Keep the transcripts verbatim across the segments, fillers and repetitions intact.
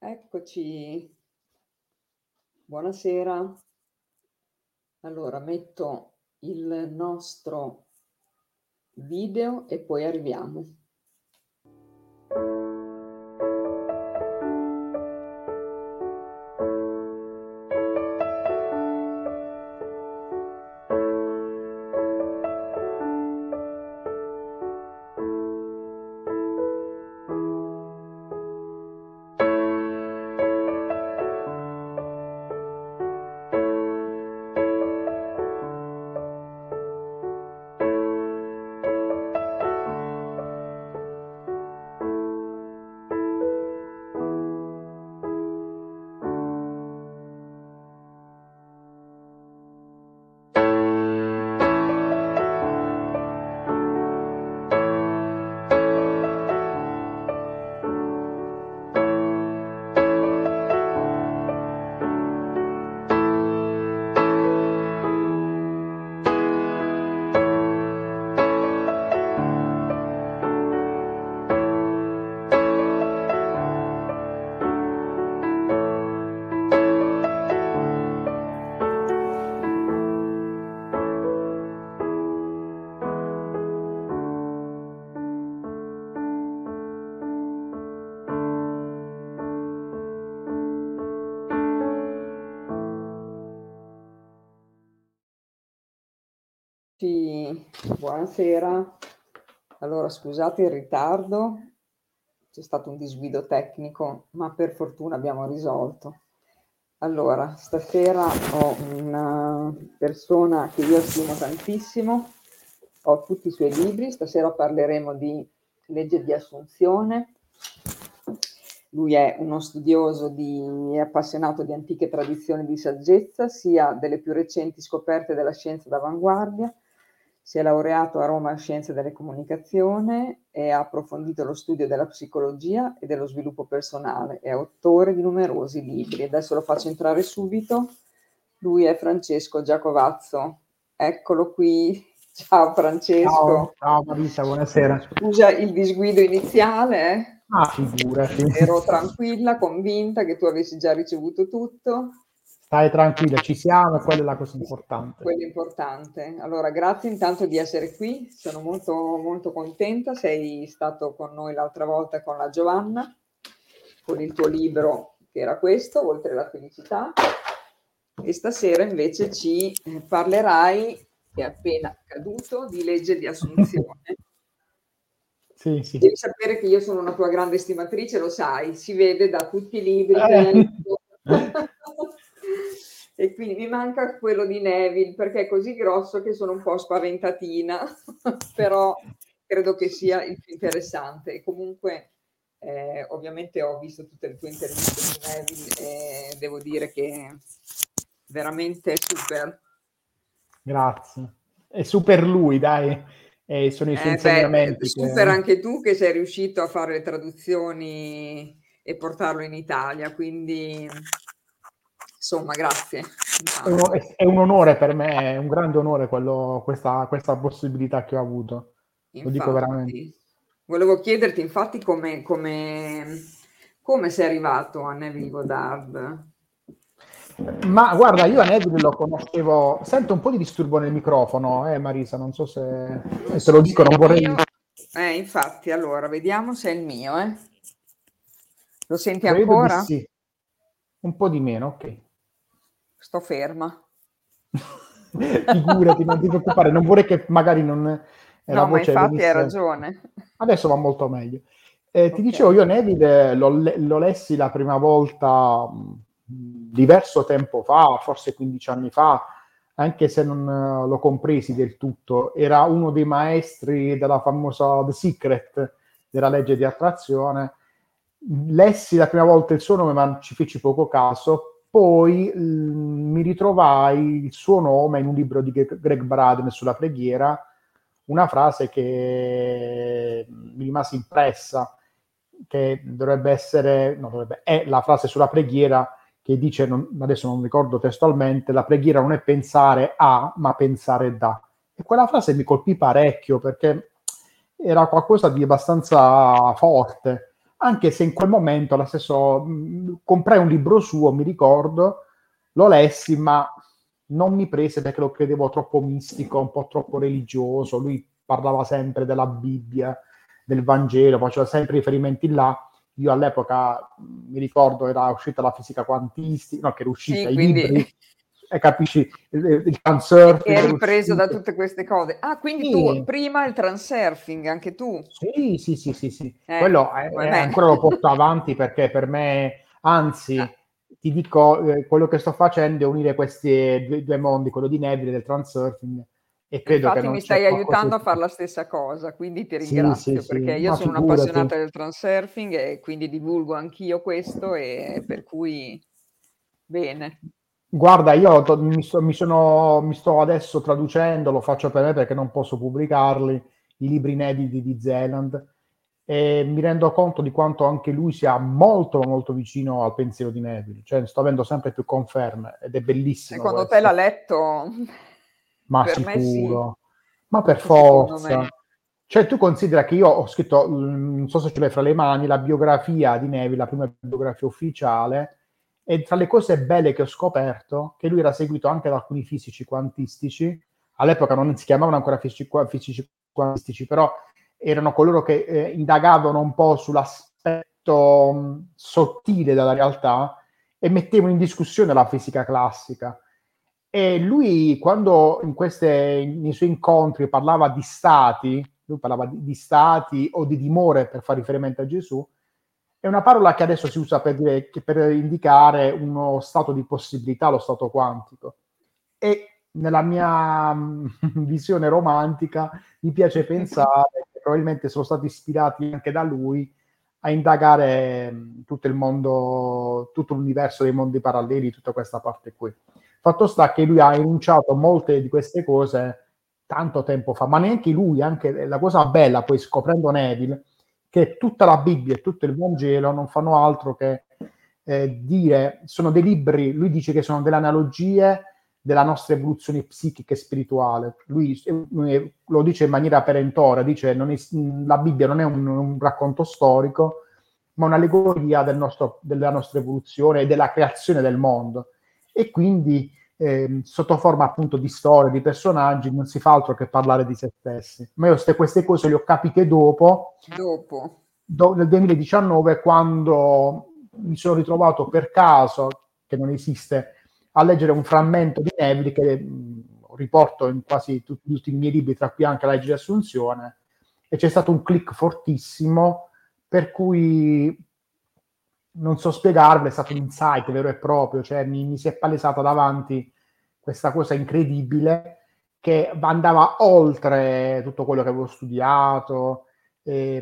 Eccoci. Buonasera. Allora metto il nostro video e poi arriviamo. Sì, buonasera. Allora, scusate il ritardo, c'è stato un disguido tecnico, ma per fortuna abbiamo risolto. Allora, stasera ho una persona che io stimo tantissimo, ho tutti i suoi libri, stasera parleremo di legge di assunzione. Lui è uno studioso di, è appassionato di antiche tradizioni di saggezza, sia delle più recenti scoperte della scienza d'avanguardia. Si è laureato a Roma in Scienze delle Comunicazioni e ha approfondito lo studio della psicologia e dello sviluppo personale. È autore di numerosi libri. Adesso lo faccio entrare subito. Lui è Francesco Giacovazzo. Eccolo qui. Ciao Francesco. Ciao, ciao Marisa, buonasera. Scusa il disguido iniziale. Eh? Ah, figurati. Ero tranquilla, convinta che tu avessi già ricevuto tutto. Stai tranquilla, ci siamo e quella è la cosa importante. Quello è importante. Allora, grazie intanto di essere qui, sono molto, molto contenta. Sei stato con noi l'altra volta con la Giovanna, con il tuo libro che era questo, Oltre la felicità. E stasera invece ci parlerai, che è appena caduto, di legge di assunzione. Sì, sì. Devi sapere che io sono una tua grande stimatrice, lo sai, si vede da tutti i libri che hai letto. E quindi mi manca quello di Neville perché è così grosso che sono un po' spaventatina, però credo che sia il più interessante. E comunque eh, ovviamente ho visto tutte le tue interviste su Neville e devo dire che è veramente super. Grazie. È super lui, dai. Eh, sono i suoi Eh, insegnamenti. beh, super che... anche tu che sei riuscito a fare le traduzioni e portarlo in Italia, quindi insomma, grazie. È un, è un onore per me, è un grande onore quello, questa, questa possibilità che ho avuto. Lo dico veramente. Infatti, volevo chiederti infatti come, come, come sei arrivato a Neville Goddard. Ma guarda, io a Neville lo conoscevo. Sento un po' di disturbo nel microfono, eh Marisa, non so se Non eh, so te lo dico, non vorrei. mio... Eh, infatti, allora, vediamo se è il mio, eh. Lo senti Credo di ancora? sì. Un po' di meno, ok. Sto ferma. Figurati, non ti preoccupare, non vorrei che magari non eh, la No, ma voce infatti hai venisse. ragione. Adesso va molto meglio. Eh, ti Ok. dicevo, io Neville lo, lo lessi la prima volta mh, diverso tempo fa, forse quindici anni fa, anche se non uh, lo compresi del tutto. Era uno dei maestri della famosa The Secret, della legge di attrazione. Lessi la prima volta il suo nome, ma ci feci poco caso. Poi mh, mi ritrovai il suo nome in un libro di Greg Braden sulla preghiera, una frase che mi rimase impressa, che dovrebbe essere, no, dovrebbe, è la frase sulla preghiera che dice, non, adesso non ricordo testualmente, la preghiera non è pensare a, ma pensare da. E quella frase mi colpì parecchio perché era qualcosa di abbastanza forte. anche se in quel momento la stesso, mh, comprai un libro suo, mi ricordo, lo lessi, ma non mi prese perché lo credevo troppo mistico, un po' troppo religioso. Lui parlava sempre della Bibbia, del Vangelo, faceva sempre riferimenti là. Io all'epoca, mi ricordo, era uscita la fisica quantistica, no, che era uscita, Sì, i quindi libri, e capisci, il, il transurfing era eri preso da uscito. tutte queste cose. Ah, quindi tu Sì, prima il transurfing, anche tu? sì, sì, sì, sì, sì. Eh, Quello è, come è- me. ancora lo porto avanti perché per me, Ah, anzi, ti dico, eh, quello che sto facendo è unire questi due, due mondi, quello di Neville e del transurfing, e credo che infatti non mi c'è stai qualcosa aiutando a di più. fare la stessa cosa, quindi ti Sì, sì, ringrazio sì, perché io ma sono figurati. un'appassionata del transurfing e quindi divulgo anch'io questo e per cui bene. Guarda, io to- mi, sto, mi sono, mi sto adesso traducendo, lo faccio per me perché non posso pubblicarli, i libri inediti di Zeland, e mi rendo conto di quanto anche lui sia molto, molto vicino al pensiero di Neville, cioè sto avendo sempre più conferme ed è bellissimo Secondo te l'ha questo, letto? ma Per me sì, sicuro, ma per anche secondo me. forza. Cioè tu considera che io ho scritto, mm, non so se ce l'hai fra le mani, la biografia di Neville, la prima biografia ufficiale, e tra le cose belle che ho scoperto, che lui era seguito anche da alcuni fisici quantistici, all'epoca non si chiamavano ancora fisici, fisici quantistici, però erano coloro che eh, indagavano un po' sull'aspetto mh, sottile della realtà e mettevano in discussione la fisica classica. E lui, quando in queste, nei suoi incontri parlava di stati, lui parlava di, di stati o di dimore per fare riferimento a Gesù, è una parola che adesso si usa per, dire, per indicare uno stato di possibilità, lo stato quantico. E nella mia mh, visione romantica mi piace pensare che probabilmente sono stati ispirati anche da lui a indagare mh, tutto il mondo, tutto l'universo dei mondi paralleli, tutta questa parte qui. Fatto sta che lui ha enunciato molte di queste cose tanto tempo fa, ma neanche lui, anche la cosa bella, poi scoprendo Neville, che tutta la Bibbia e tutto il Vangelo non fanno altro che eh, dire, sono dei libri, lui dice che sono delle analogie della nostra evoluzione psichica e spirituale. Lui eh, lo dice in maniera perentoria, dice non è, la Bibbia non è un, un racconto storico, ma un'allegoria del nostro, della nostra evoluzione e della creazione del mondo. E quindi eh, sotto forma appunto di storie, di personaggi, non si fa altro che parlare di se stessi. Ma io ste, queste cose le ho capite dopo, Dopo. do, nel duemiladiciannove, quando mi sono ritrovato per caso, che non esiste, a leggere un frammento di Neville che mh, riporto in quasi tutti, tutti i miei libri, tra cui anche la legge di Assunzione, e c'è stato un click fortissimo, per cui non so spiegarvelo, è stato un insight vero e proprio, cioè mi, mi si è palesata davanti questa cosa incredibile che andava oltre tutto quello che avevo studiato, e,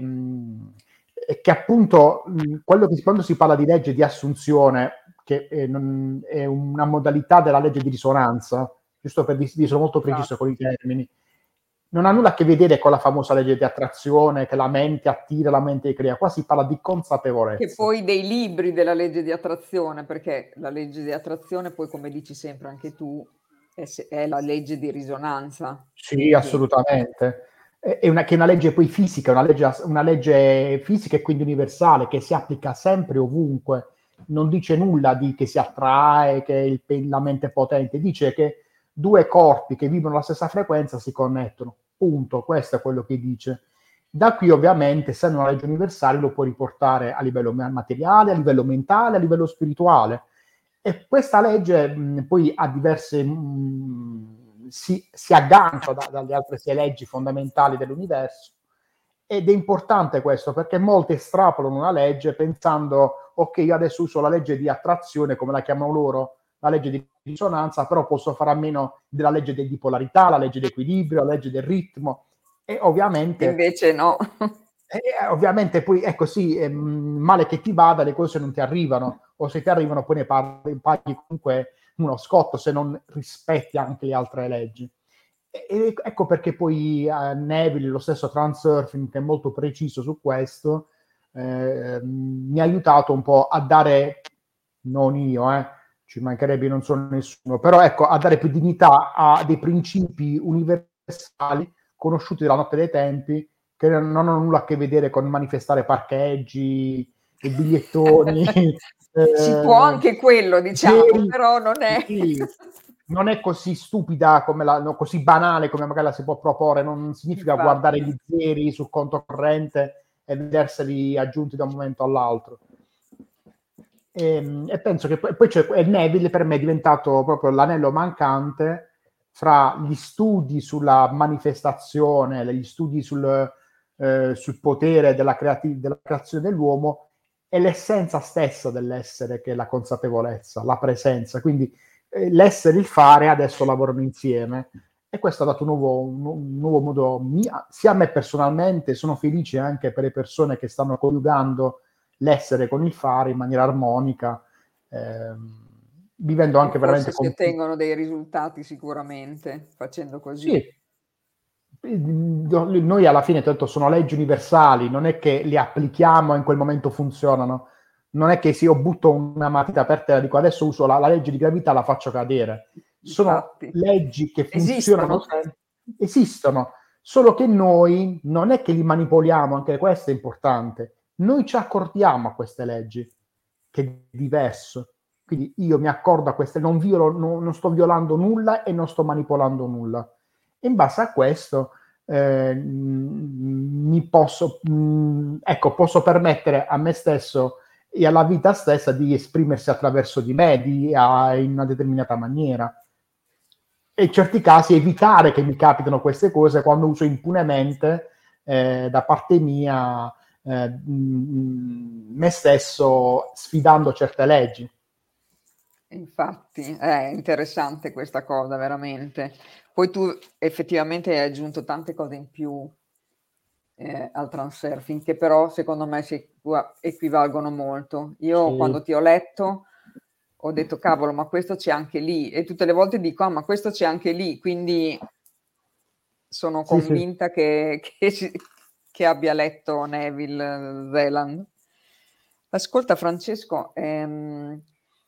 e che appunto quello che, quando si parla di legge di assunzione, che è, non, è una modalità della legge di risonanza, giusto per essere molto preciso con i termini, non ha nulla a che vedere con la famosa legge di attrazione che la mente attira, la mente crea. Qua si parla di Che consapevolezza. poi dei libri della legge di attrazione, perché la legge di attrazione poi, come dici sempre anche tu, è, se- è la legge di risonanza. Sì, Quindi assolutamente. È è una, che è una legge poi fisica, una legge, una legge fisica e quindi universale che si applica sempre ovunque. Non dice nulla di che si attrae, che il, la mente è potente, dice che due corpi che vivono la stessa frequenza si connettono. Punto. Questo è quello che dice. Da qui, ovviamente, essendo una legge universale, lo può riportare a livello materiale, a livello mentale, a livello spirituale. E questa legge mh, poi ha diverse, mh, si, si aggancia da, dalle altre sei leggi fondamentali dell'universo, ed è importante questo perché molti estrapolano una legge pensando, ok, io adesso uso la legge di attrazione, come la chiamano loro, la legge di risonanza, però posso fare a meno della legge di bipolarità, la legge di equilibrio, la legge del ritmo, e ovviamente invece no. eh, ovviamente poi è così, eh, male che ti vada, le cose non ti arrivano, o se ti arrivano poi ne paghi, paghi comunque uno scotto se non rispetti anche le altre leggi. E, e ecco perché poi eh, Neville, lo stesso Transurfing, che è molto preciso su questo, eh, mi ha aiutato un po' a dare, non io, eh, ci mancherebbe, non sono nessuno, però ecco, a dare più dignità a dei principi universali conosciuti dalla notte dei tempi, che non hanno nulla a che vedere con manifestare parcheggi e bigliettoni. Si può eh, anche quello, diciamo, sì, però non è... sì, non è così stupida, come la, no, così banale come magari la si può proporre, non significa Infatti. guardare gli zeri sul conto corrente e vederseli aggiunti da un momento all'altro. E, e penso che poi, poi c'è Neville, per me è diventato proprio l'anello mancante fra gli studi sulla manifestazione, gli studi sul, eh, sul potere della, creati- della creazione dell'uomo e l'essenza stessa dell'essere, che è la consapevolezza, la presenza. Quindi eh, l'essere e il fare adesso lavorano insieme, e questo ha dato un nuovo, un, un nuovo modo, mia, sia a me personalmente, sono felice anche per le persone che stanno coniugando l'essere con il fare in maniera armonica, ehm, vivendo E anche forse veramente si con... ottengono dei risultati sicuramente facendo così. Sì, noi alla fine tanto sono leggi universali, non è che le applichiamo e in quel momento funzionano, non è che se io butto una matita per terra e dico adesso uso la, la legge di gravità, la faccio cadere. Sono Infatti, leggi che funzionano, esistono. esistono, solo che noi non è che li manipoliamo, anche questo è importante, noi ci accordiamo a queste leggi, che è diverso. Quindi io mi accordo a queste, non, violo, non, non sto violando nulla e non sto manipolando nulla. E in base a questo eh, mi posso, mh, ecco, posso permettere a me stesso e alla vita stessa di esprimersi attraverso di me, di, a, in una determinata maniera. E in certi casi evitare che mi capitano queste cose quando uso impunemente eh, da parte mia eh, mh, me stesso, sfidando certe leggi. Infatti, è interessante questa cosa, veramente. Poi tu effettivamente hai aggiunto tante cose in più eh, al transurfing, che però secondo me si equa- equivalgono molto. Io Sì, quando ti ho letto ho detto, cavolo, ma questo c'è anche lì. E tutte le volte dico, ah, ma questo c'è anche lì. Quindi sono sì, sì. convinta che, che, ci- che abbia letto Neville Zeland. Ascolta, Francesco, ehm,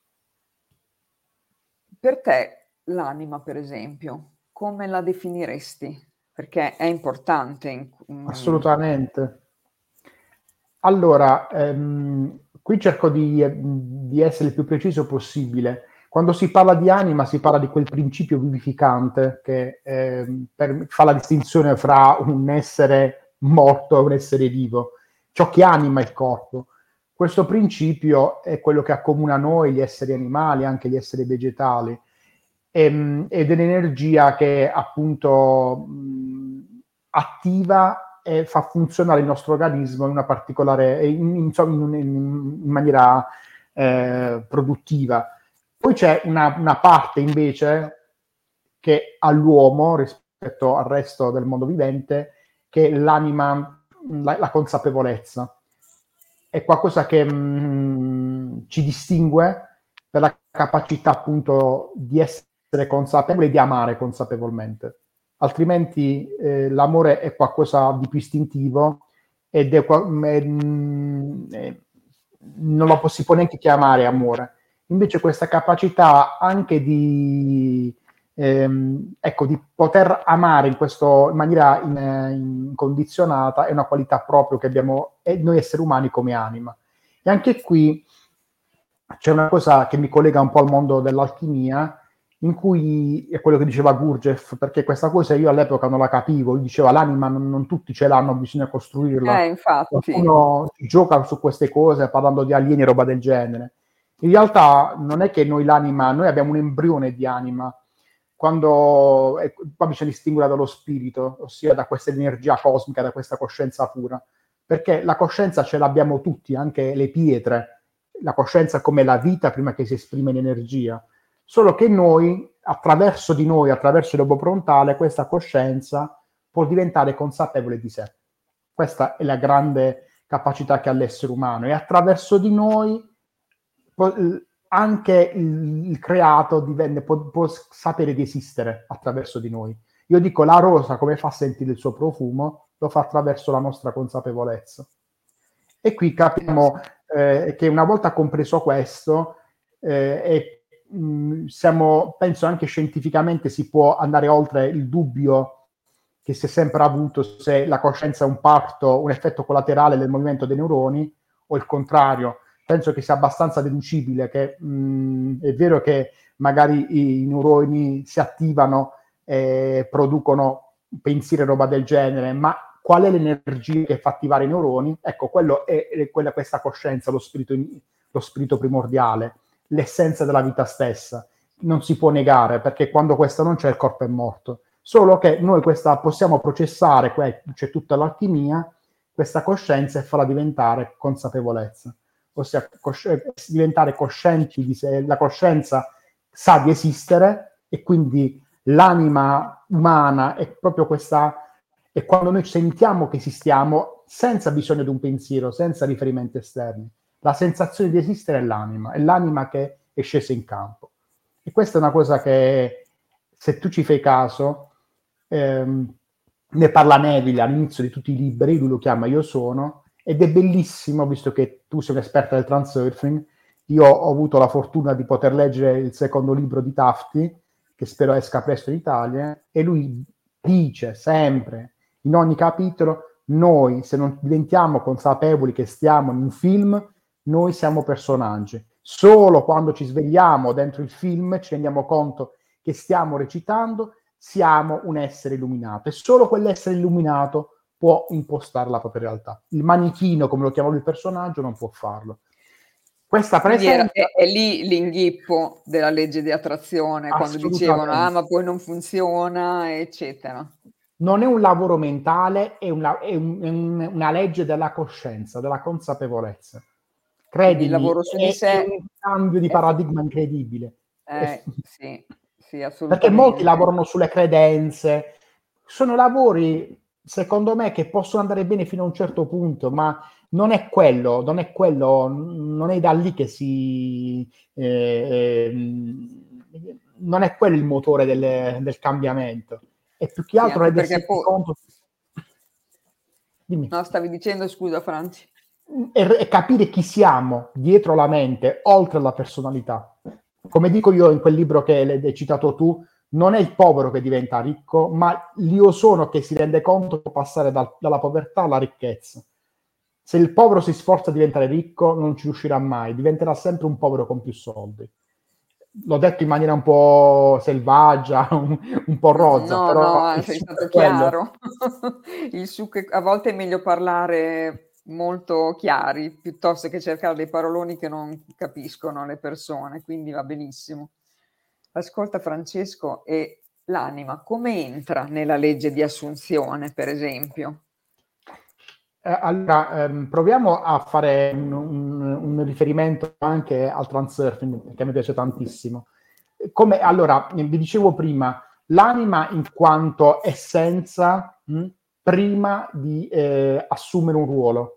per te l'anima, per esempio, come la definiresti? Perché è importante. in- mm, Assolutamente. Allora, ehm, qui cerco di, di essere il più preciso possibile. Quando si parla di anima, si parla di quel principio vivificante che ehm, per- fa la distinzione fra un essere morto e un essere vivo, ciò che anima il corpo. Questo principio è quello che accomuna noi, gli esseri animali, anche gli esseri vegetali, ehm, ed è l'energia che appunto mh, attiva e fa funzionare il nostro organismo in una particolare, in, in, in, in maniera eh, produttiva. Poi c'è una, una parte invece che all'uomo rispetto al resto del mondo vivente, che è l'anima, la, la consapevolezza. È qualcosa che mh, ci distingue per la capacità appunto di essere consapevoli e di amare consapevolmente. Altrimenti eh, l'amore è qualcosa di più istintivo ed è, è, è non lo si può neanche chiamare amore. Invece questa capacità anche di, ehm, ecco, di poter amare in, questo, in maniera in, incondizionata è una qualità proprio che abbiamo noi esseri umani come anima. E anche qui c'è una cosa che mi collega un po' al mondo dell'alchimia, in cui è quello che diceva Gurdjieff, perché questa cosa io all'epoca non la capivo, lui diceva l'anima non, non tutti ce l'hanno, bisogna costruirla. Eh, infatti, Qualcuno gioca su queste cose parlando di alieni e roba del genere. In realtà non è che noi l'anima, noi abbiamo un embrione di anima, quando eh, qua bisogna distinguere dallo spirito, ossia da questa energia cosmica, da questa coscienza pura, perché la coscienza ce l'abbiamo tutti, anche le pietre, la coscienza come la vita prima che si esprime in energia, solo che noi, attraverso di noi, attraverso il lobo frontale, questa coscienza può diventare consapevole di sé. Questa è la grande capacità che ha l'essere umano, e attraverso di noi anche il, il creato divenne, può, può sapere di esistere attraverso di noi. Io dico, la rosa come fa sentire il suo profumo? Lo fa attraverso la nostra consapevolezza. E qui capiamo eh, che una volta compreso questo, eh, e, mh, siamo, penso anche scientificamente si può andare oltre il dubbio che si è sempre avuto, se la coscienza è un parto, un effetto collaterale del movimento dei neuroni, o il contrario. Penso che sia abbastanza deducibile che mh, è vero che magari i neuroni si attivano e producono pensieri e roba del genere, ma qual è l'energia che fa attivare i neuroni? Ecco, quello è, è quella, questa coscienza, lo spirito, lo spirito primordiale, l'essenza della vita stessa. Non si può negare, perché quando questo non c'è, il corpo è morto. Solo che noi questa possiamo processare, c'è tutta l'alchimia, questa coscienza, e farla diventare consapevolezza, ossia cosci- diventare coscienti di sé. La coscienza sa di esistere, e quindi l'anima umana è proprio questa, e quando noi sentiamo che esistiamo senza bisogno di un pensiero, senza riferimenti esterni, la sensazione di esistere è l'anima, è l'anima che è scesa in campo. E questa è una cosa che, se tu ci fai caso, ehm, ne parla Neville all'inizio di tutti i libri, lui lo chiama Io Sono, ed è bellissimo, visto che tu sei un'esperta del transurfing. Io ho avuto la fortuna di poter leggere il secondo libro di Tafti, che spero esca presto in Italia, e lui dice sempre, in ogni capitolo, noi se non diventiamo consapevoli che stiamo in un film, noi siamo personaggi. Solo quando ci svegliamo dentro il film ci rendiamo conto che stiamo recitando, siamo un essere illuminato, e solo quell'essere illuminato può impostare la propria realtà. Il manichino, come lo chiamava il personaggio, non può farlo. Questa presenza è, è lì l'inghippo della legge di attrazione, quando dicevano ah ma poi non funziona, eccetera. Non è un lavoro mentale, è una, è un, è un, una legge della coscienza, della consapevolezza. Credimi, il lavoro su è, di sé è un cambio di paradigma incredibile. Eh, sì, sì, assolutamente. Perché molti lavorano sulle credenze, sono lavori, secondo me, che possono andare bene fino a un certo punto, ma non è quello, non è quello, non è da lì che si... Eh, eh, non è quello il motore del, del cambiamento. E più che Sì, altro anche rendersi perché poi... conto... Dimmi. No, stavi dicendo, scusa Franci. E, e capire chi siamo dietro la mente, oltre alla personalità. Come dico io in quel libro che hai citato tu, non è il povero che diventa ricco, ma l'io sono che si rende conto di passare dal, dalla povertà alla ricchezza. Se il povero si sforza di diventare ricco, non ci riuscirà mai, diventerà sempre un povero con più soldi. L'ho detto in maniera un po' selvaggia, un, un po' rozza, No, però no, il sei succo stato è quello. chiaro. Il succo è- a volte è meglio parlare molto chiari piuttosto che cercare dei paroloni che non capiscono le persone, quindi va benissimo. Ascolta Francesco, e l'anima come entra nella legge di assunzione, per esempio? Eh, allora, ehm, proviamo a fare un, un- un riferimento anche al transurfing, che mi piace tantissimo. Come, allora, vi dicevo prima, l'anima in quanto essenza, mh, prima di eh, assumere un ruolo.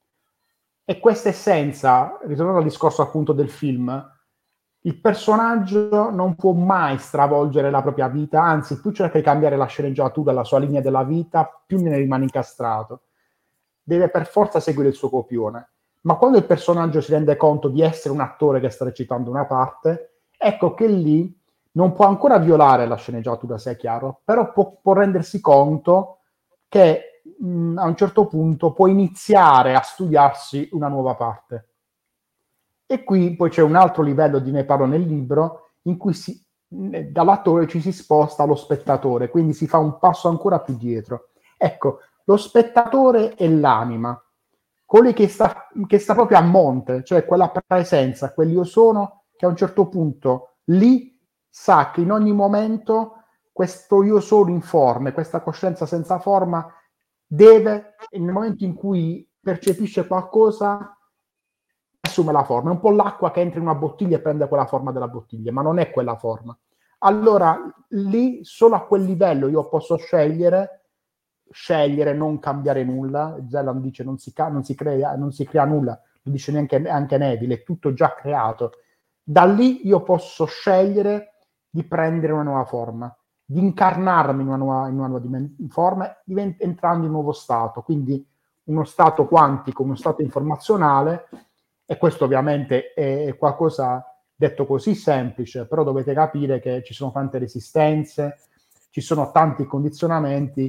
E questa essenza, ritornando al discorso appunto del film, il personaggio non può mai stravolgere la propria vita, anzi, più cerca di cambiare la sceneggiatura, la sua linea della vita, più ne rimane incastrato. Deve per forza seguire il suo copione. Ma quando il personaggio si rende conto di essere un attore che sta recitando una parte, ecco che lì non può ancora violare la sceneggiatura, se è chiaro, però può, può rendersi conto che mh, a un certo punto può iniziare a studiarsi una nuova parte. E qui poi c'è un altro livello, di ne parlo nel libro, in cui si, dall'attore ci si sposta allo spettatore, quindi si fa un passo ancora più dietro. Ecco, lo spettatore è l'anima, colui che sta, che sta proprio a monte, cioè quella presenza, quell'io sono, che a un certo punto lì sa che in ogni momento questo io sono informe, questa coscienza senza forma deve, nel momento in cui percepisce qualcosa, assume la forma. È un po' l'acqua che entra in una bottiglia e prende quella forma della bottiglia, ma non è quella forma. Allora, lì, solo a quel livello io posso scegliere, scegliere, non cambiare nulla. Zelland dice non si, non si, crea, non si crea nulla, lo dice neanche, anche Neville, è tutto già creato. Da lì io posso scegliere di prendere una nuova forma, di incarnarmi in una nuova, in una nuova dimen- forma, divent- entrando in un nuovo stato, quindi uno stato quantico, uno stato informazionale. E questo ovviamente è qualcosa detto così semplice, però dovete capire che ci sono tante resistenze, ci sono tanti condizionamenti,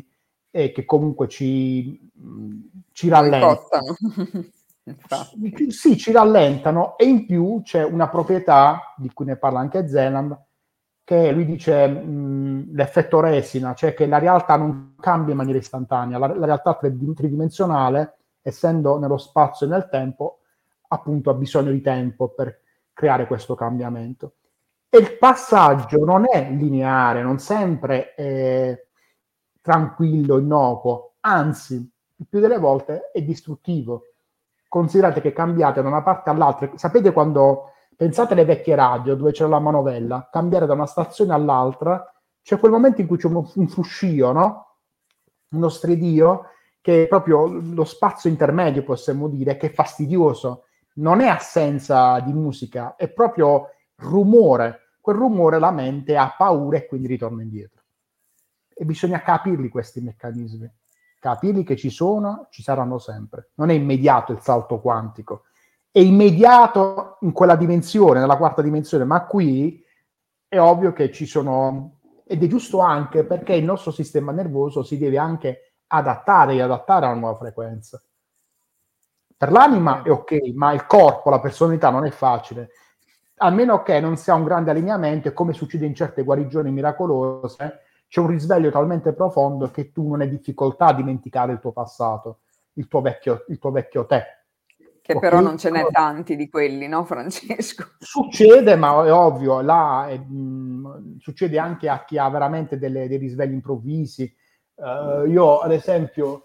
e che comunque ci, ci rallentano. Sì, ci rallentano, e in più c'è una proprietà di cui ne parla anche Zeland, che lui dice mh, l'effetto resina, cioè che la realtà non cambia in maniera istantanea, la, la realtà tridimensionale, essendo nello spazio e nel tempo, appunto ha bisogno di tempo per creare questo cambiamento. E il passaggio non è lineare, non sempre è tranquillo, innocuo, anzi, il più delle volte è distruttivo. Considerate che cambiate da una parte all'altra. Sapete quando, pensate alle vecchie radio dove c'era la manovella, cambiare da una stazione all'altra, c'è quel momento in cui c'è uno, un fruscio, no? Uno stridio, che è proprio lo spazio intermedio, possiamo dire, che è fastidioso. Non è assenza di musica, è proprio rumore. Quel rumore la mente ha paura e quindi ritorna indietro. E bisogna capirli questi meccanismi. Capirli che ci sono, ci saranno sempre. Non è immediato il salto quantico. È immediato in quella dimensione, nella quarta dimensione, ma qui è ovvio che ci sono, ed è giusto anche perché il nostro sistema nervoso si deve anche adattare e adattare alla nuova frequenza. Per l'anima è ok, ma il corpo, la personalità non è facile. A meno che non sia un grande allineamento, e come succede in certe guarigioni miracolose, c'è un risveglio talmente profondo che tu non hai difficoltà a dimenticare il tuo passato, il tuo vecchio, il tuo vecchio te. Che okay? Però non ce n'è tanti di quelli, no, Francesco? Succede, ma è ovvio, là è, mh, succede anche a chi ha veramente delle, dei risvegli improvvisi. Uh, io, ad esempio,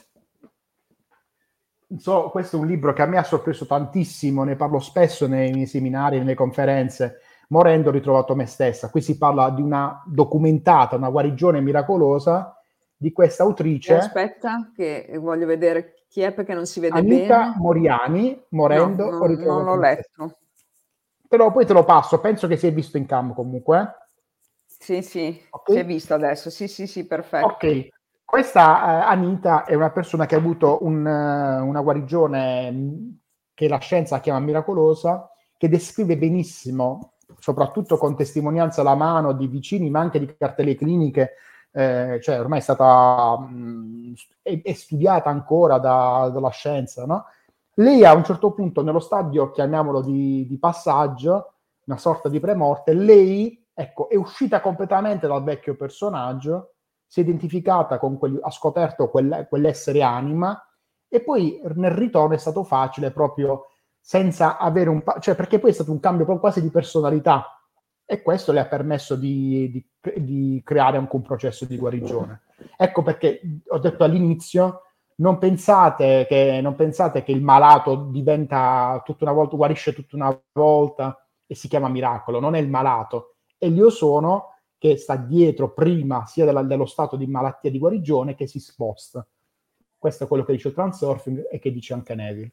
so, questo è un libro che a me ha sorpreso tantissimo, ne parlo spesso nei miei seminari, nelle conferenze. Morendo ho ritrovato me stessa. Qui si parla di una documentata, una guarigione miracolosa di questa autrice. E aspetta, che voglio vedere chi è perché non si vede Anita bene. Moriani, Morendo no, ho ritrovato non l'ho me letto. stessa. Però poi te lo passo, penso che si è visto in cam comunque. Sì, sì, okay. si è visto adesso, sì, sì, sì, perfetto. Ok, questa uh, Anita è una persona che ha avuto un, uh, una guarigione mh, che la scienza chiama miracolosa, che descrive benissimo, soprattutto con testimonianza alla mano di vicini, ma anche di cartelle cliniche, eh, cioè ormai è stata mh, è, è studiata ancora da, dalla scienza, no? Lei a un certo punto, nello stadio, chiamiamolo di, di passaggio, una sorta di premorte, lei, ecco, è uscita completamente dal vecchio personaggio, si è identificata con quelli, ha scoperto quel, quell'essere anima, e poi nel ritorno è stato facile proprio senza avere un... cioè perché poi è stato un cambio proprio quasi di personalità, e questo le ha permesso di, di, di creare anche un processo di guarigione. Ecco perché ho detto all'inizio, non pensate che, non pensate che il malato diventa tutta una volta, guarisce tutta una volta e si chiama miracolo. Non è il malato, è l'io sono che sta dietro prima sia della, dello stato di malattia di guarigione che si sposta. Questo è quello che dice il Transurfing e che dice anche Neville.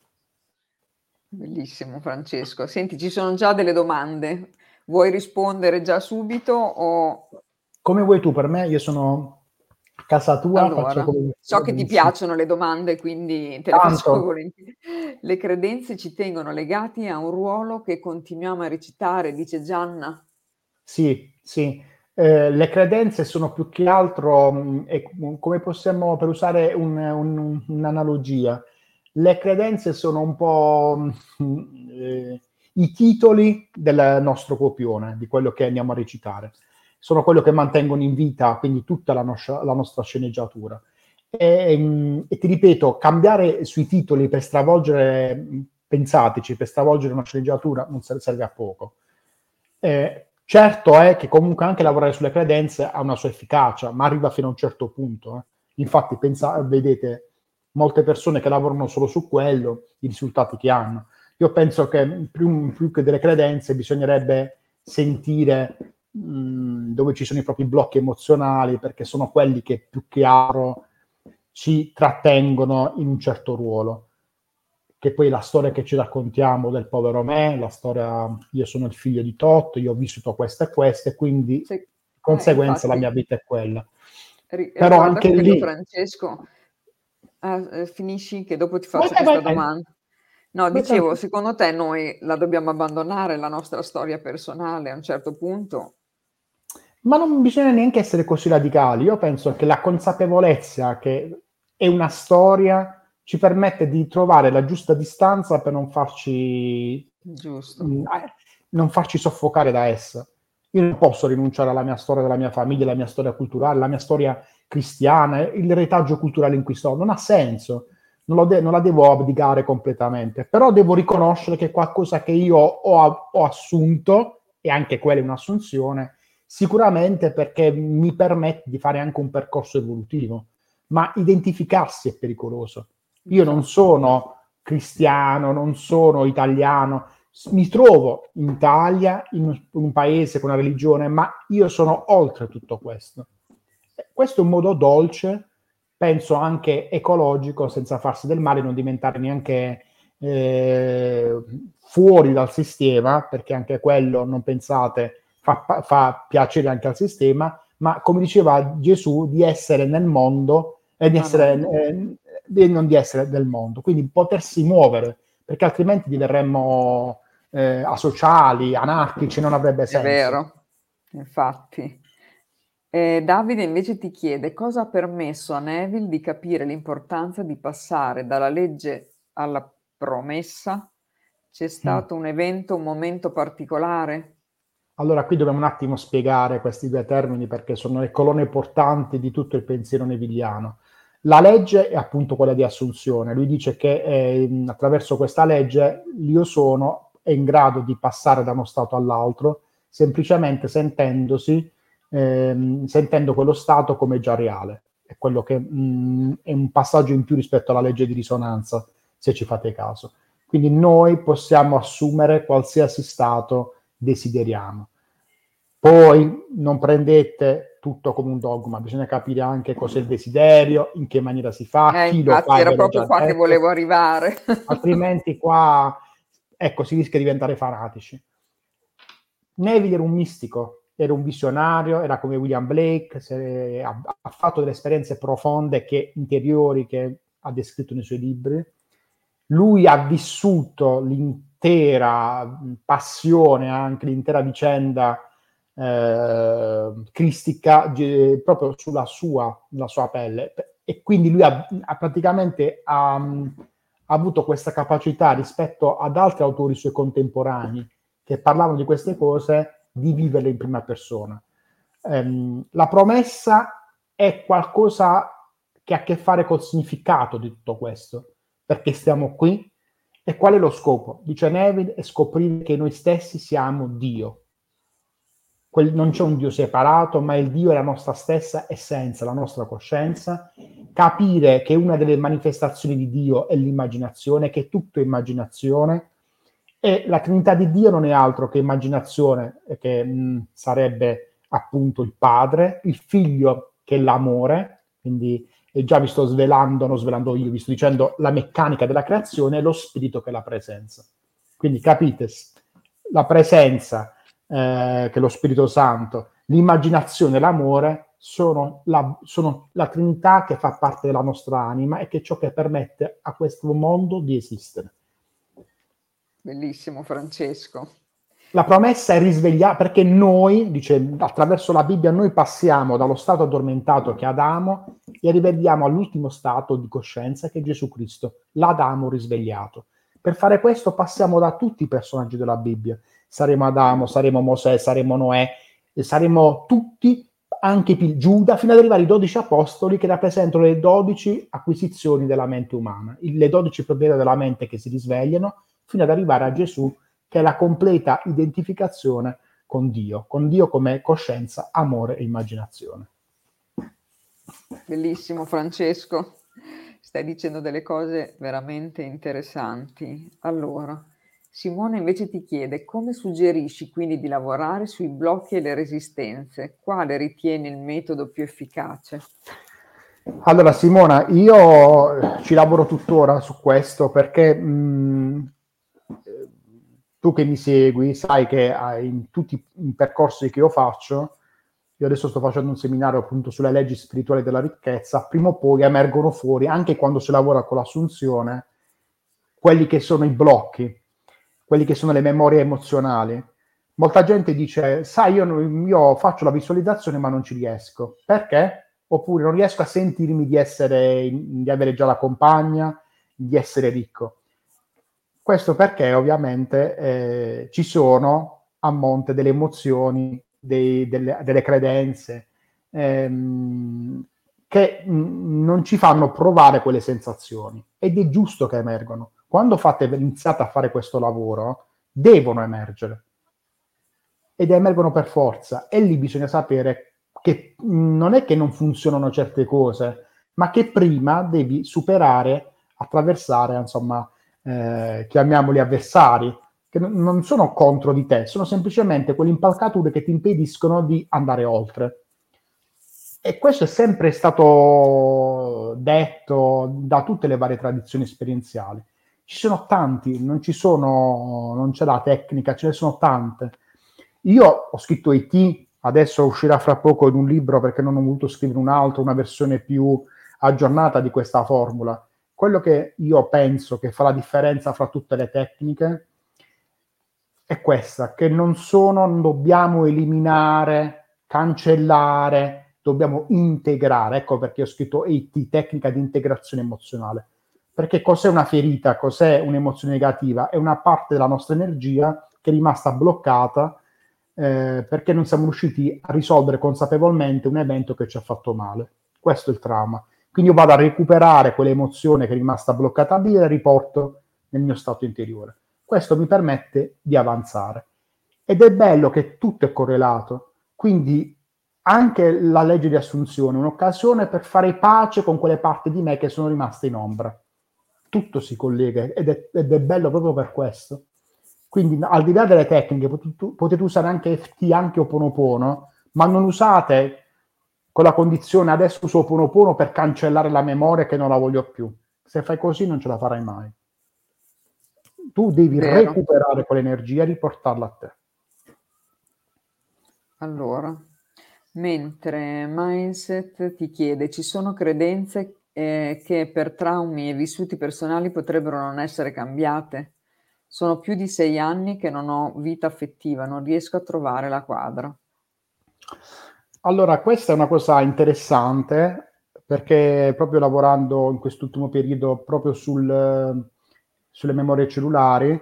Bellissimo, Francesco. Senti, ci sono già delle domande. Vuoi rispondere già subito o... Come vuoi tu, per me, io sono a casa tua, allora, faccio come so che ti piacciono le domande, quindi te le Tanto. faccio volentieri. Le credenze ci tengono legati a un ruolo che continuiamo a recitare, dice Gianna. Sì, sì. Eh, le credenze sono più che altro, mh, è, come possiamo, per usare un, un, un'analogia, le credenze sono un po' mh, eh, i titoli del nostro copione, di quello che andiamo a recitare. Sono quello che mantengono in vita quindi tutta la, nostra, la nostra sceneggiatura. E, mh, e ti ripeto, cambiare sui titoli per stravolgere, pensateci, per stravolgere una sceneggiatura non serve a poco. Eh, certo è che comunque anche lavorare sulle credenze ha una sua efficacia, ma arriva fino a un certo punto. Eh. Infatti, pensa, vedete, molte persone che lavorano solo su quello, i risultati che hanno. Io penso che più, più che delle credenze bisognerebbe sentire mh, dove ci sono i propri blocchi emozionali, perché sono quelli che più che altro ci trattengono in un certo ruolo. Che poi la storia che ci raccontiamo del povero me, la storia, io sono il figlio di Tot, io ho vissuto questo e questo, e quindi sì. di conseguenza eh, la mia vita è quella. Ri- Però riguarda anche quello, lì... Francesco, ah, eh, finisci che dopo ti Vai, faccio vai, questa vai, domanda. No, vai, dicevo, tranquillo. secondo te noi la dobbiamo abbandonare la nostra storia personale a un certo punto? Ma non bisogna neanche essere così radicali. Io penso che la consapevolezza che è una storia ci permette di trovare la giusta distanza per non farci, Giusto. mh, eh, non farci soffocare da essa. Io non posso rinunciare alla mia storia, della mia famiglia, alla mia storia culturale, alla mia storia cristiana, il retaggio culturale in cui sto. Non ha senso. Non, lo de- non la devo abdicare completamente, però devo riconoscere che è qualcosa che io ho, ho assunto, e anche quella è un'assunzione, sicuramente perché mi permette di fare anche un percorso evolutivo, ma identificarsi è pericoloso. Io non sono cristiano, non sono italiano, mi trovo in Italia, in un paese con una religione, ma io sono oltre tutto questo. Questo è un modo dolce, penso anche ecologico, senza farsi del male, non diventare neanche eh, fuori dal sistema, perché anche quello, non pensate, fa, fa piacere anche al sistema, ma come diceva Gesù, di essere nel mondo e di essere, eh, di non di essere del mondo, quindi potersi muovere, perché altrimenti diverremmo eh, asociali, anarchici, non avrebbe È senso. vero, infatti. Eh, Davide invece ti chiede cosa ha permesso a Neville di capire l'importanza di passare dalla legge alla promessa? C'è stato un evento, un momento particolare? Allora, qui dobbiamo un attimo spiegare questi due termini perché sono le colonne portanti di tutto il pensiero neviliano. La legge è appunto quella di assunzione. Lui dice che eh, attraverso questa legge l'io sono è in grado di passare da uno stato all'altro semplicemente sentendosi, ehm, sentendo quello stato come già reale. È quello che mh, è un passaggio in più rispetto alla legge di risonanza, se ci fate caso. Quindi noi possiamo assumere qualsiasi stato desideriamo. Poi non prendete tutto come un dogma, bisogna capire anche cos'è il desiderio, in che maniera si fa, Eh, chi lo infatti fa, e era ve l'ho proprio già qua che detto, volevo arrivare. altrimenti qua, ecco, si rischia di diventare fanatici. Neville era un mistico, era un visionario, era come William Blake, se, ha, ha fatto delle esperienze profonde, che, interiori, che ha descritto nei suoi libri. Lui ha vissuto l'intera passione, anche l'intera vicenda eh, cristica ge- proprio sulla sua, la sua pelle, e quindi lui ha, ha praticamente ha, ha avuto questa capacità rispetto ad altri autori suoi contemporanei che parlavano di queste cose, di viverle in prima persona. Ehm, la promessa è qualcosa che ha a che fare col significato di tutto questo, perché stiamo qui e qual è lo scopo? Dice Neville, è scoprire che noi stessi siamo Dio. Quel, non c'è un Dio separato, ma il Dio è la nostra stessa essenza, la nostra coscienza. Capire che una delle manifestazioni di Dio è l'immaginazione, che tutto è immaginazione, e la Trinità di Dio non è altro che immaginazione, che mh, sarebbe appunto il Padre, il Figlio che è l'amore, quindi e già vi sto svelando, non svelando io, vi sto dicendo la meccanica della creazione, e lo Spirito che è la presenza. Quindi capite, la presenza, eh, che è lo Spirito Santo, l'immaginazione e l'amore sono la, sono la Trinità che fa parte della nostra anima e che è ciò che permette a questo mondo di esistere. Bellissimo, Francesco. La promessa è risvegliare, perché noi, dice, attraverso la Bibbia, noi passiamo dallo stato addormentato che è Adamo e arriviamo all'ultimo stato di coscienza che è Gesù Cristo, l'Adamo risvegliato. Per fare questo passiamo da tutti i personaggi della Bibbia. Saremo Adamo, saremo Mosè, saremo Noè, saremo tutti, anche Giuda, fino ad arrivare ai dodici apostoli che rappresentano le dodici acquisizioni della mente umana, le dodici proprietà della mente che si risvegliano, fino ad arrivare a Gesù, che è la completa identificazione con Dio, con Dio come coscienza, amore e immaginazione. Bellissimo, Francesco. Stai dicendo delle cose veramente interessanti. Allora, Simone invece ti chiede come suggerisci quindi di lavorare sui blocchi e le resistenze? Quale ritieni il metodo più efficace? Allora Simona, io ci lavoro tuttora su questo perché mh, tu che mi segui sai che in tutti i percorsi che io faccio, io adesso sto facendo un seminario appunto sulle leggi spirituali della ricchezza, prima o poi emergono fuori, anche quando si lavora con l'assunzione, quelli che sono i blocchi, quelli che sono le memorie emozionali, molta gente dice, sai, io, non- io faccio la visualizzazione ma non ci riesco. Perché? Oppure non riesco a sentirmi di essere, di avere già la compagna, di essere ricco. Questo perché ovviamente eh, ci sono a monte delle emozioni, dei- delle, delle credenze ehm, che mh, non ci fanno provare quelle sensazioni, ed è giusto che emergono. Quando fate, iniziate a fare questo lavoro, devono emergere ed emergono per forza, e lì bisogna sapere che mh, non è che non funzionano certe cose, ma che prima devi superare, attraversare, insomma, eh, chiamiamoli avversari, che n- non sono contro di te, sono semplicemente quelle impalcature che ti impediscono di andare oltre. E questo è sempre stato detto da tutte le varie tradizioni esperienziali. Ci sono tanti, non ci sono, non c'è la tecnica, ce ne sono tante. Io ho scritto I T, adesso uscirà fra poco in un libro perché non ho voluto scrivere un altro, una versione più aggiornata di questa formula. Quello che io penso che fa la differenza fra tutte le tecniche è questa, che non sono, non dobbiamo eliminare, cancellare, dobbiamo integrare. Ecco perché ho scritto E T, tecnica di integrazione emozionale. Perché cos'è una ferita, cos'è un'emozione negativa? È una parte della nostra energia che è rimasta bloccata eh, perché non siamo riusciti a risolvere consapevolmente un evento che ci ha fatto male. Questo è il trauma. Quindi io vado a recuperare quell'emozione che è rimasta bloccata lì e la riporto nel mio stato interiore. Questo mi permette di avanzare. Ed è bello che tutto è correlato. Quindi anche la legge di assunzione è un'occasione per fare pace con quelle parti di me che sono rimaste in ombra. Tutto si collega ed è, ed è bello proprio per questo. Quindi al di là delle tecniche potete, potete usare anche E F T, anche Oponopono, ma non usate con la condizione adesso uso Oponopono per cancellare la memoria che non la voglio più. Se fai così non ce la farai mai. Tu devi Vero. recuperare quell'energia e riportarla a te. Allora, mentre Mindset ti chiede, ci sono credenze eh, che per traumi e vissuti personali potrebbero non essere cambiate? Sono più di sei anni che non ho vita affettiva, non riesco a trovare la quadra. Allora, questa è una cosa interessante perché proprio lavorando in quest'ultimo periodo proprio sul, sulle memorie cellulari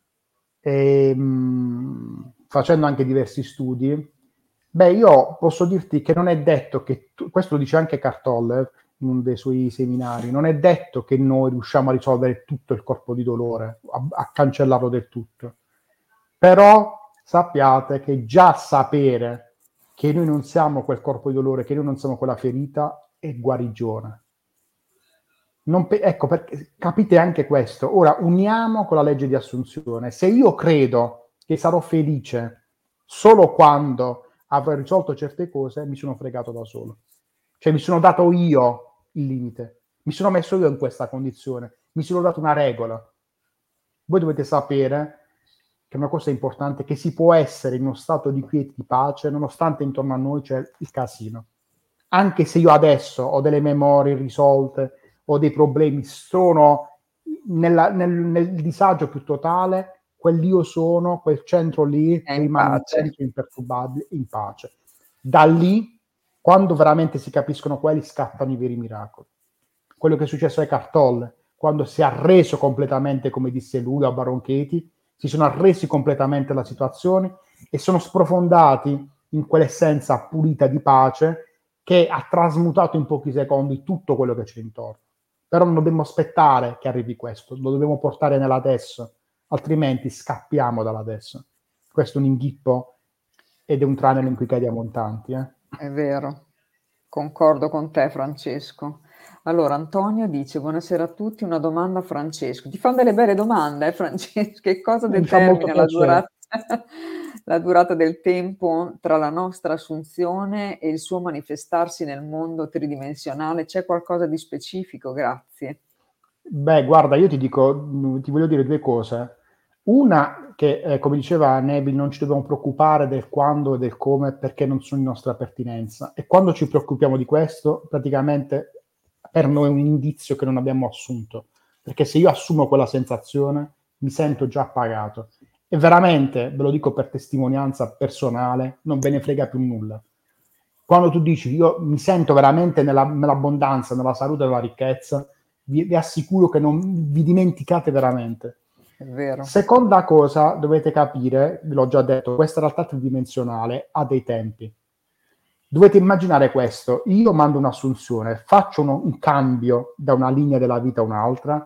e mh, facendo anche diversi studi, beh, io posso dirti che non è detto che, tu, questo lo dice anche Cartolle in uno dei suoi seminari, non è detto che noi riusciamo a risolvere tutto il corpo di dolore, a, a cancellarlo del tutto. Però sappiate che già sapere che noi non siamo quel corpo di dolore, che noi non siamo quella ferita, è guarigione. Non pe- ecco, perché, capite anche questo. Ora uniamo con la legge di assunzione. Se io credo che sarò felice solo quando avrò risolto certe cose, mi sono fregato da solo. Cioè mi sono dato io il limite. Mi sono messo io in questa condizione. Mi sono dato una regola. Voi dovete sapere che una cosa importante è che si può essere in uno stato di quiete e di pace nonostante intorno a noi c'è il casino. Anche se io adesso ho delle memorie risolte, ho dei problemi, sono nella, nel, nel disagio più totale, quell'io sono, quel centro lì È in rimane un pace. centro imperturbabile, in pace. Da lì, quando veramente si capiscono quelli, scattano i veri miracoli. Quello che è successo ai Cartolle, quando si è arreso completamente, come disse lui a Baronchetti, si sono arresi completamente alla situazione e sono sprofondati in quell'essenza pulita di pace che ha trasmutato in pochi secondi tutto quello che c'è intorno. Però non dobbiamo aspettare che arrivi questo, lo dobbiamo portare nell'adesso, altrimenti scappiamo dall'adesso. Questo è un inghippo ed è un tranello in cui cadiamo in tanti. Eh? È vero, concordo con te Francesco. Allora Antonio dice: "Buonasera a tutti, una domanda a Francesco". Ti fan delle belle domande eh Francesco, che cosa Mi fa molto determina la piacere. durata la durata del tempo tra la nostra assunzione e il suo manifestarsi nel mondo tridimensionale? C'è qualcosa di specifico? Grazie. Beh, guarda, io ti dico, mh, ti voglio dire due cose. Una, che eh, come diceva Neville, non ci dobbiamo preoccupare del quando e del come perché non sono di nostra pertinenza. E quando ci preoccupiamo di questo, praticamente per noi è un indizio che non abbiamo assunto. Perché se io assumo quella sensazione, mi sento già pagato. E veramente, ve lo dico per testimonianza personale, non ve ne frega più nulla. Quando tu dici io mi sento veramente nella, nell'abbondanza, nella salute e nella ricchezza, vi, vi assicuro che non vi dimenticate veramente. È vero. Seconda cosa, dovete capire, ve l'ho già detto, questa realtà tridimensionale ha dei tempi. Dovete immaginare questo: io mando un'assunzione, faccio uno, un cambio da una linea della vita a un'altra,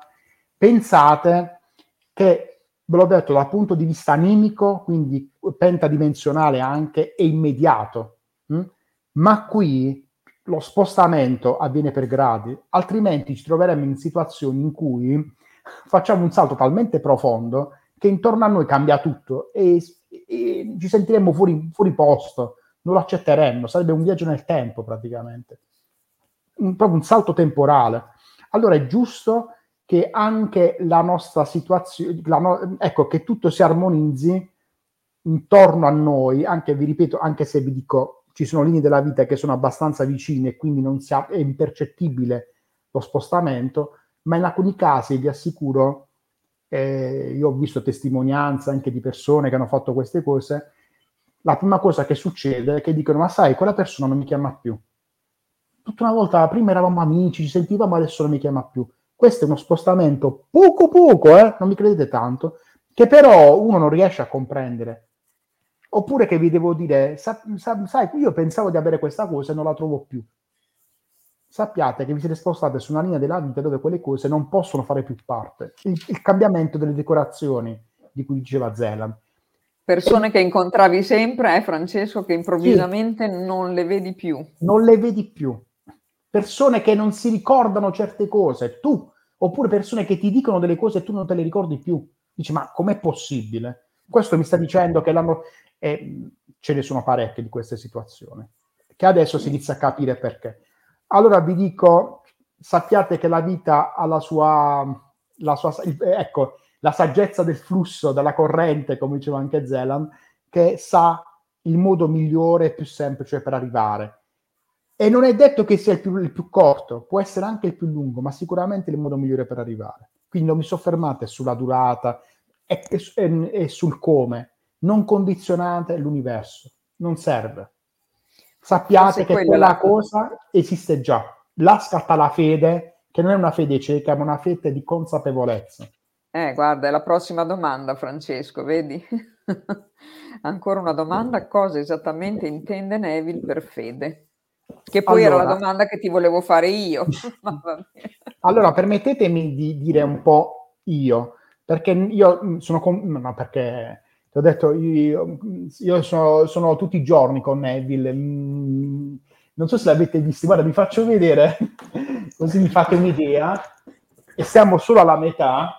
pensate che, ve l'ho detto, dal punto di vista animico, quindi pentadimensionale anche, è immediato, hm? Ma qui lo spostamento avviene per gradi, altrimenti ci troveremmo in situazioni in cui facciamo un salto talmente profondo che intorno a noi cambia tutto e, e ci sentiremmo fuori, fuori posto, non lo accetteremmo, sarebbe un viaggio nel tempo praticamente, un, proprio un salto temporale. Allora è giusto che anche la nostra situazione, la no- ecco, che tutto si armonizzi intorno a noi, anche, vi ripeto, anche se vi dico, ci sono linee della vita che sono abbastanza vicine e quindi non si ha, è impercettibile lo spostamento, ma in alcuni casi vi assicuro, eh, io ho visto testimonianze anche di persone che hanno fatto queste cose, la prima cosa che succede è che dicono: ma sai, quella persona non mi chiama più. Tutta una volta, prima eravamo amici, ci sentivamo, adesso non mi chiama più. Questo è uno spostamento poco poco, eh, non mi credete tanto, che però uno non riesce a comprendere. Oppure che vi devo dire, sa, sa, sai, io pensavo di avere questa cosa e non la trovo più. Sappiate che vi siete spostati su una linea della vita dove quelle cose non possono fare più parte. Il, il cambiamento delle decorazioni di cui diceva Zeland. Persone e, che incontravi sempre, eh, Francesco, che improvvisamente sì, non le vedi più. Non le vedi più. Persone che non si ricordano certe cose, tu, oppure persone che ti dicono delle cose e tu non te le ricordi più. Dici, ma com'è possibile? Questo mi sta dicendo che l'hanno... Eh, ce ne sono parecchie di queste situazioni, che adesso si inizia a capire perché. Allora vi dico, sappiate che la vita ha la sua... La sua ecco, la saggezza del flusso, della corrente, come diceva anche Zeland, che sa il modo migliore e più semplice per arrivare. E non è detto che sia il più, il più corto, può essere anche il più lungo, ma sicuramente il modo migliore per arrivare. Quindi non vi soffermate sulla durata e, e, e sul come, non condizionate l'universo, non serve. Sappiate che quella la... cosa esiste già. Là scatta la fede, che non è una fede cieca, ma una fede di consapevolezza. Eh, guarda, è la prossima domanda, Francesco, vedi? Ancora una domanda: cosa esattamente intende Neville per fede? Che poi allora, era la domanda che ti volevo fare io. Allora, permettetemi di dire un po' io, perché io sono... Con... No, perché ti ho detto, io, io sono, sono tutti i giorni con Neville. Non so se l'avete visto, guarda, vi faccio vedere, così mi fate un'idea. E siamo solo alla metà.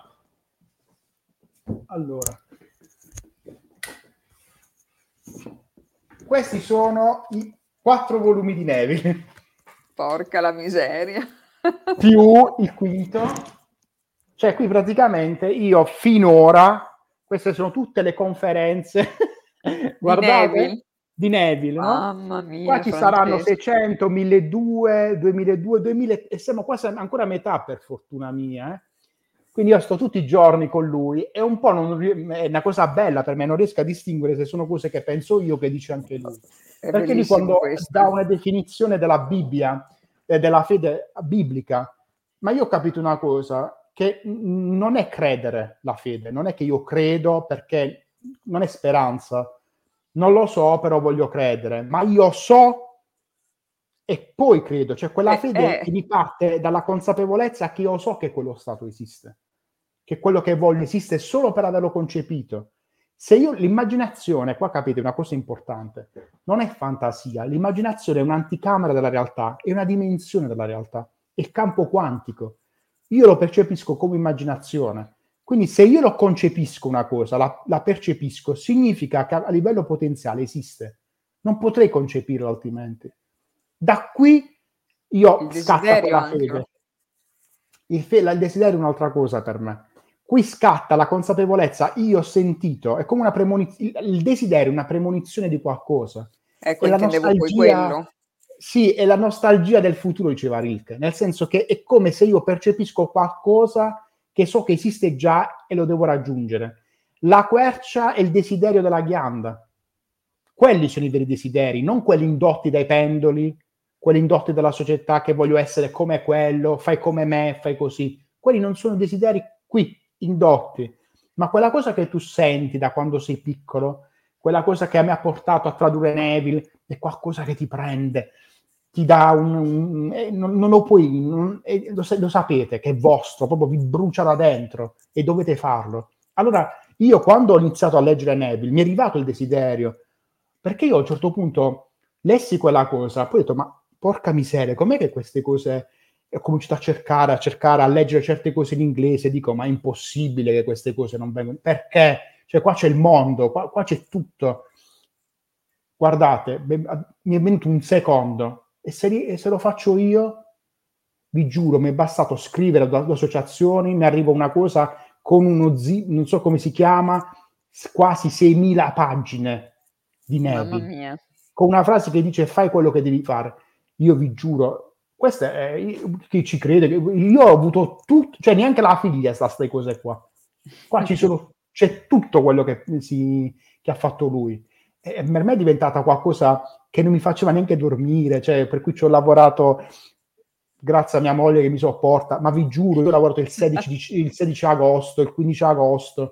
Allora, questi sono i quattro volumi di Neville. Porca la miseria. Più il quinto. Cioè qui praticamente io finora, queste sono tutte le conferenze, guardate, di Neville, di Neville, no? Mamma mia, qua ci Francesco. Saranno seicento, milleduecento, duemiladue, duemila e siamo quasi ancora a metà, per fortuna mia, eh? Quindi io sto tutti i giorni con lui e un po' non, è una cosa bella per me, non riesco a distinguere se sono cose che penso io o che dice anche lui. È perché lui quando questo. dà una definizione della Bibbia e eh, della fede biblica, ma io ho capito una cosa, che non è credere la fede, non è che io credo perché non è speranza, non lo so però voglio credere, ma io so e poi credo, cioè quella eh, fede eh. che mi parte dalla consapevolezza che io so che quello stato esiste, che quello che voglio esiste solo per averlo concepito. Se io l'immaginazione, qua capite una cosa importante, non è fantasia, l'immaginazione è un'anticamera della realtà, è una dimensione della realtà, è il campo quantico. Io lo percepisco come immaginazione. Quindi se io lo concepisco una cosa, la, la percepisco, significa che a livello potenziale esiste. Non potrei concepirlo altrimenti. Da qui io scatta quella anche. fede. Il, fe- il desiderio è un'altra cosa per me. Qui scatta la consapevolezza, io ho sentito, è come una premonizione, il desiderio è una premonizione di qualcosa. Ecco, è la intendevo poi nostalgia, quello. sì, è la nostalgia del futuro, diceva Rilke, nel senso che è come se io percepisco qualcosa che so che esiste già e lo devo raggiungere. La quercia è il desiderio della ghianda. Quelli sono i veri desideri, non quelli indotti dai pendoli, quelli indotti dalla società che voglio essere come quello, fai come me, fai così. Quelli non sono desideri qui, indotti, ma quella cosa che tu senti da quando sei piccolo, quella cosa che a me ha portato a tradurre Neville, è qualcosa che ti prende, ti dà un... un eh, non, non lo puoi, non, eh, lo, lo sapete che è vostro, proprio vi brucia da dentro e dovete farlo. Allora, io quando ho iniziato a leggere Neville, mi è arrivato il desiderio, perché io a un certo punto lessi quella cosa, poi ho detto, ma porca miseria, com'è che queste cose... E ho cominciato a cercare, a cercare, a leggere certe cose in inglese, dico, ma è impossibile che queste cose non vengono... Perché? Cioè qua c'è il mondo, qua, qua c'è tutto. Guardate, mi è venuto un secondo, e se, e se lo faccio io, vi giuro, mi è bastato scrivere da associazioni, mi arriva una cosa con uno zip, non so come si chiama, quasi seimila pagine di Mamma Neville, mia. con una frase che dice fai quello che devi fare. Io vi giuro, questo è, chi ci crede, io ho avuto tutto, cioè neanche la figlia sa queste cose qua. Qua ci sono, c'è tutto quello che, si, che ha fatto lui. E per me è diventata qualcosa che non mi faceva neanche dormire, cioè per cui ci ho lavorato grazie a mia moglie che mi sopporta, ma vi giuro, io ho lavorato il sedici, il sedici agosto, il quindici agosto,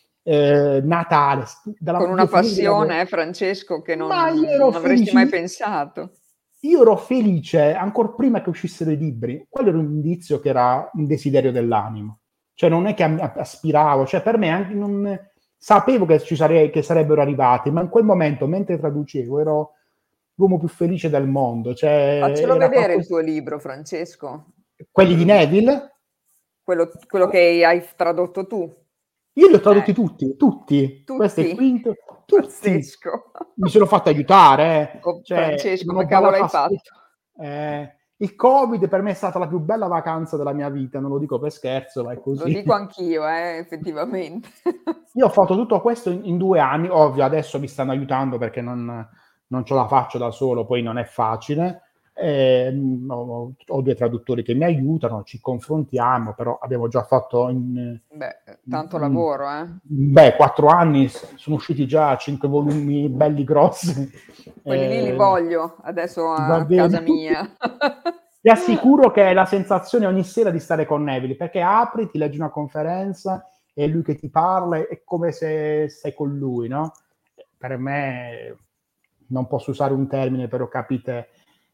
eh, Natale, dalla, con una passione, eh, Francesco, che non, ma io ero non avresti felice, mai pensato. Io ero felice ancora prima che uscissero i libri. Quello era un indizio che era un desiderio dell'animo. Cioè non è che aspiravo, cioè per me anche non sapevo che ci sarei, che sarebbero arrivati, ma in quel momento, mentre traducevo, ero l'uomo più felice del mondo. Cioè, Faccelo era vedere il qualcosa... tuo libro, Francesco. Quelli Quello di di Neville? quello, quello che hai tradotto tu. Io li ho tradotti Eh, tutti, tutti. Questo è il tutti? quinto, tutti. Pazzesco. Mi sono fatto aiutare, eh. Oh, Cioè, Francesco, non come ho cavolo badato hai a... spe- fatto? eh, il Covid per me è stata la più bella vacanza della mia vita, non lo dico per scherzo, ma è Lo così. dico anch'io, eh, effettivamente. Io ho fatto tutto questo in, in due anni, ovvio, adesso mi stanno aiutando perché non, non ce la faccio da solo, poi non è facile. Eh, ho, ho due traduttori che mi aiutano, ci confrontiamo, però abbiamo già fatto in, Beh, tanto in lavoro, eh. beh, quattro anni, sono usciti già cinque volumi belli grossi. Quelli lì li Eh, voglio adesso va a casa bene. mia. Ti assicuro che è la sensazione ogni sera di stare con Neville, perché apri, ti leggi una conferenza, è lui che ti parla, è come se sei con lui, no? Per me, non posso usare un termine, però capite,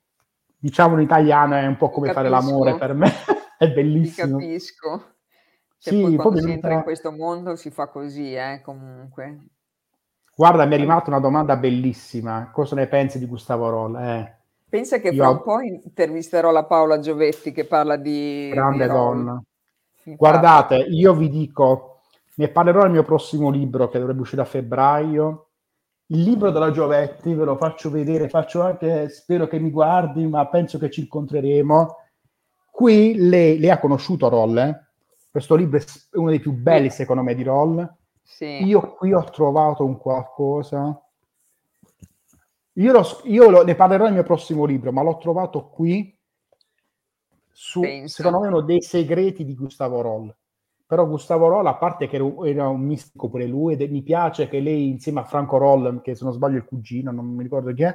diciamo in italiano è un po' Ti come fare l'amore capisco, per me, è ti bellissimo. capisco. Che poi Sì, poi quando mi è si entra in venuta... questo mondo si fa così, eh, comunque. Guarda, mi è Allo arrivata una domanda bellissima. Cosa ne pensi di Gustavo Roll? Eh, pensa che fra un io, po' intervisterò la Paola Giovetti che parla di di grande Roll. donna. Infatti. Guardate, io vi dico, ne parlerò nel mio prossimo libro che dovrebbe uscire a febbraio. Il libro della Giovetti, ve lo faccio vedere, faccio anche, spero che mi guardi, ma penso che ci incontreremo. Qui lei, lei ha conosciuto Roll, eh? Questo libro è uno dei più Sì, belli, secondo me, di Roll. sì, Io qui ho trovato un qualcosa. Io, lo, io lo, ne parlerò nel mio prossimo libro, ma l'ho trovato qui su, secondo pensa. me, uno dei segreti di Gustavo Roll. Però Gustavo Roll, a parte che era un, era un mistico pure lui, ed mi piace che lei, insieme a Franco Roll, che se non sbaglio è il cugino, non mi ricordo chi è,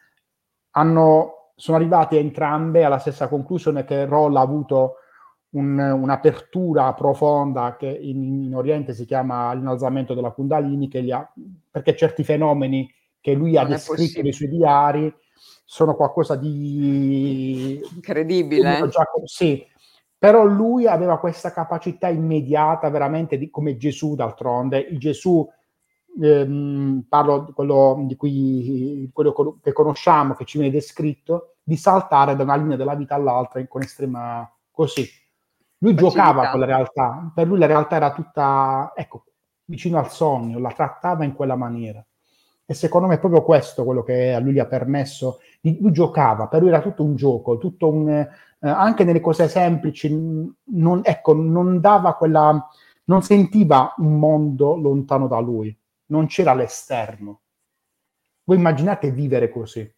hanno, sono arrivati entrambe alla stessa conclusione che Roll ha avuto un, un'apertura profonda che in, in Oriente si chiama l'innalzamento della Kundalini, che gli ha, perché certi fenomeni che lui ha Non è descritto nei possib suoi diari sono qualcosa di... incredibile, eh. Già, sì, però lui aveva questa capacità immediata, veramente di, come Gesù d'altronde. Il Gesù, ehm, parlo di quello, di cui, quello che conosciamo, che ci viene descritto, di saltare da una linea della vita all'altra con estrema... così. Lui giocava con Facilità. la realtà, per lui la realtà era tutta, ecco, vicino al sogno, la trattava in quella maniera. E secondo me è proprio questo quello che a lui gli ha permesso. Lui giocava, per lui era tutto un gioco, tutto un, eh, anche nelle cose semplici, non, ecco, non dava quella, non sentiva un mondo lontano da lui, non c'era l'esterno. Voi immaginate vivere così?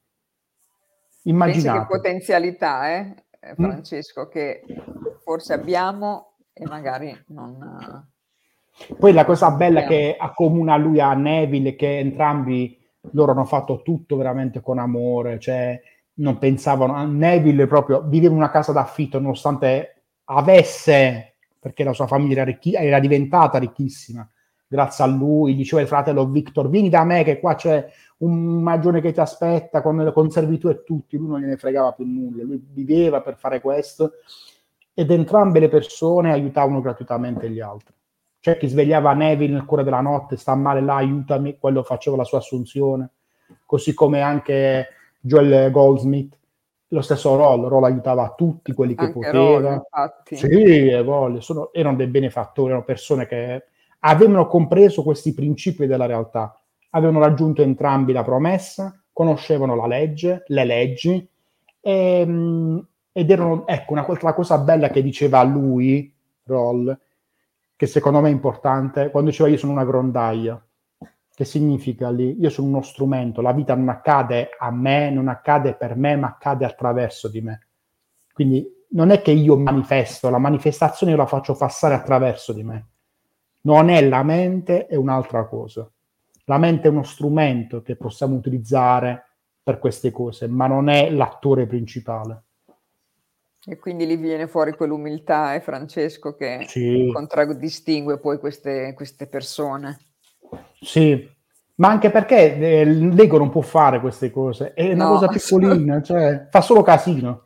Pensi che Immaginate. potenzialità, eh, ehm, Mm? Francesco, che forse abbiamo e magari non Poi la cosa bella che accomuna lui a Neville è che entrambi loro hanno fatto tutto veramente con amore, cioè non pensavano a Neville, proprio viveva in una casa d'affitto nonostante avesse, perché la sua famiglia era, ricchi- era diventata ricchissima grazie a lui. Diceva il fratello Victor: vieni da me che qua c'è un magione che ti aspetta con le conservi tu e tutti. Lui non gliene fregava più nulla, lui viveva per fare questo, ed entrambe le persone aiutavano gratuitamente gli altri. C'è chi svegliava Neville nel cuore della notte, sta male là, aiutami, quello faceva la sua assunzione, così come anche Joel Goldsmith, lo stesso Roll, Roll aiutava tutti quelli che Anche Roll, poteva. infatti. Sì, e voglio, sono, erano dei benefattori, erano persone che avevano compreso questi principi della realtà, avevano raggiunto entrambi la promessa, conoscevano la legge, le leggi, e, ed erano, ecco, una altra cosa bella che diceva lui, Roll, che secondo me è importante, quando diceva io sono una grondaia, che significa lì, io sono uno strumento, la vita non accade a me, non accade per me, ma accade attraverso di me. Quindi non è che io manifesto, la manifestazione io la faccio passare attraverso di me. Non è la mente, è un'altra cosa. La mente è uno strumento che possiamo utilizzare per queste cose, ma non è l'attore principale. E quindi lì viene fuori quell'umiltà, eh, Francesco, che Sì. contraddistingue poi queste, queste persone. Sì, ma anche perché eh, l'ego non può fare queste cose, è una No, cosa piccolina, cioè fa solo casino.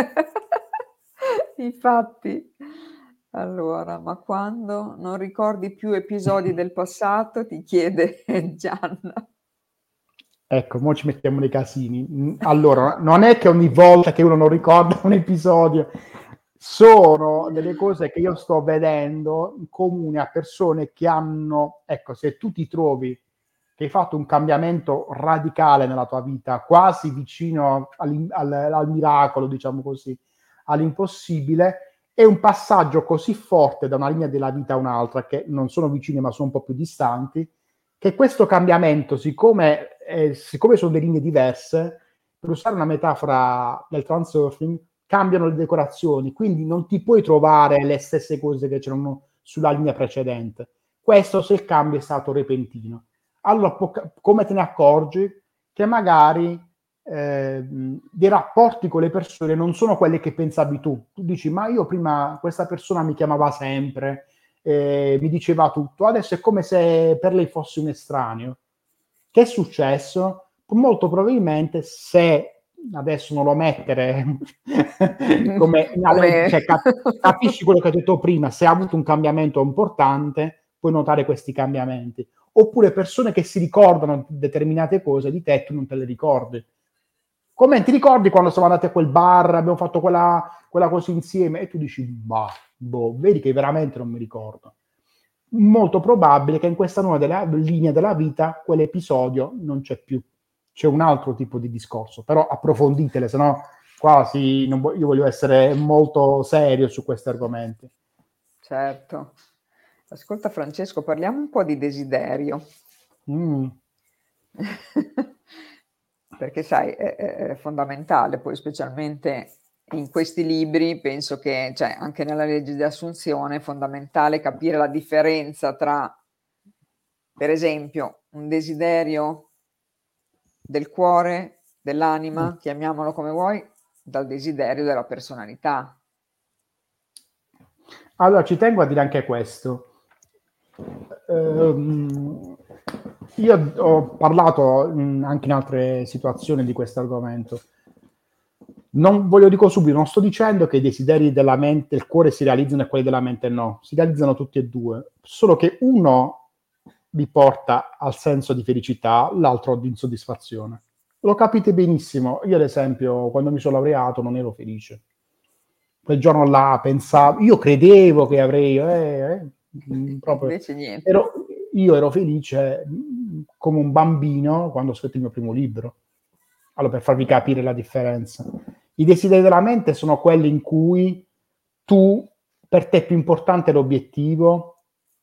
infatti. Allora, ma quando non ricordi più episodi del passato, ti chiede Gianna. Ecco, mo ci mettiamo nei casini. Allora, non è che ogni volta che uno non ricorda un episodio, sono delle cose che io sto vedendo in comune a persone che hanno, ecco, se tu ti trovi che hai fatto un cambiamento radicale nella tua vita, quasi vicino al, al, al miracolo, diciamo così, all'impossibile, è un passaggio così forte da una linea della vita a un'altra, che non sono vicine ma sono un po' più distanti, che questo cambiamento, siccome, eh, siccome sono delle linee diverse, per usare una metafora del transurfing, cambiano le decorazioni, quindi non ti puoi trovare le stesse cose che c'erano sulla linea precedente. Questo se il cambio è stato repentino. Allora, come te ne accorgi? Che magari eh, dei rapporti con le persone non sono quelli che pensavi tu. Tu dici, ma io prima questa persona mi chiamava sempre, eh, mi diceva tutto, adesso è come se per lei fossi un estraneo. Che è successo? Molto probabilmente, se adesso non lo mettere come, Come... cioè, cap- capisci quello che ho detto prima, se ha avuto un cambiamento importante, puoi notare questi cambiamenti. Oppure persone che si ricordano determinate cose di te e tu non te le ricordi. Come ti ricordi quando siamo andati a quel bar, abbiamo fatto quella, quella cosa insieme, e tu dici, bah, boh, vedi che veramente non mi ricordo. Molto probabile che in questa nuova della, linea della vita quell'episodio non c'è più, c'è un altro tipo di discorso, però approfonditele, se no quasi non vo- io voglio essere molto serio su questi argomenti. Certo. Ascolta Francesco, parliamo un po' di desiderio. Mm. Perché sai, è, è fondamentale, poi specialmente in questi libri, penso che, cioè, anche nella legge di assunzione è fondamentale capire la differenza tra, per esempio, un desiderio del cuore, dell'anima, Mm. chiamiamolo come vuoi, dal desiderio della personalità. Allora, ci tengo a dire anche questo. Um, io ho parlato mh, anche in altre situazioni di questo argomento. Non voglio dico subito, non sto dicendo che i desideri della mente, del cuore si realizzano e quelli della mente no, si realizzano tutti e due, solo che uno vi porta al senso di felicità, l'altro di insoddisfazione. Lo capite benissimo. Io, ad esempio, quando mi sono laureato non ero felice. Quel giorno là pensavo, io credevo che avrei, eh, eh, proprio, Invece niente. ero, io ero felice mh, come un bambino quando ho scritto il mio primo libro. Allora, per farvi capire la differenza. I desideri della mente sono quelli in cui tu, per te è più importante l'obiettivo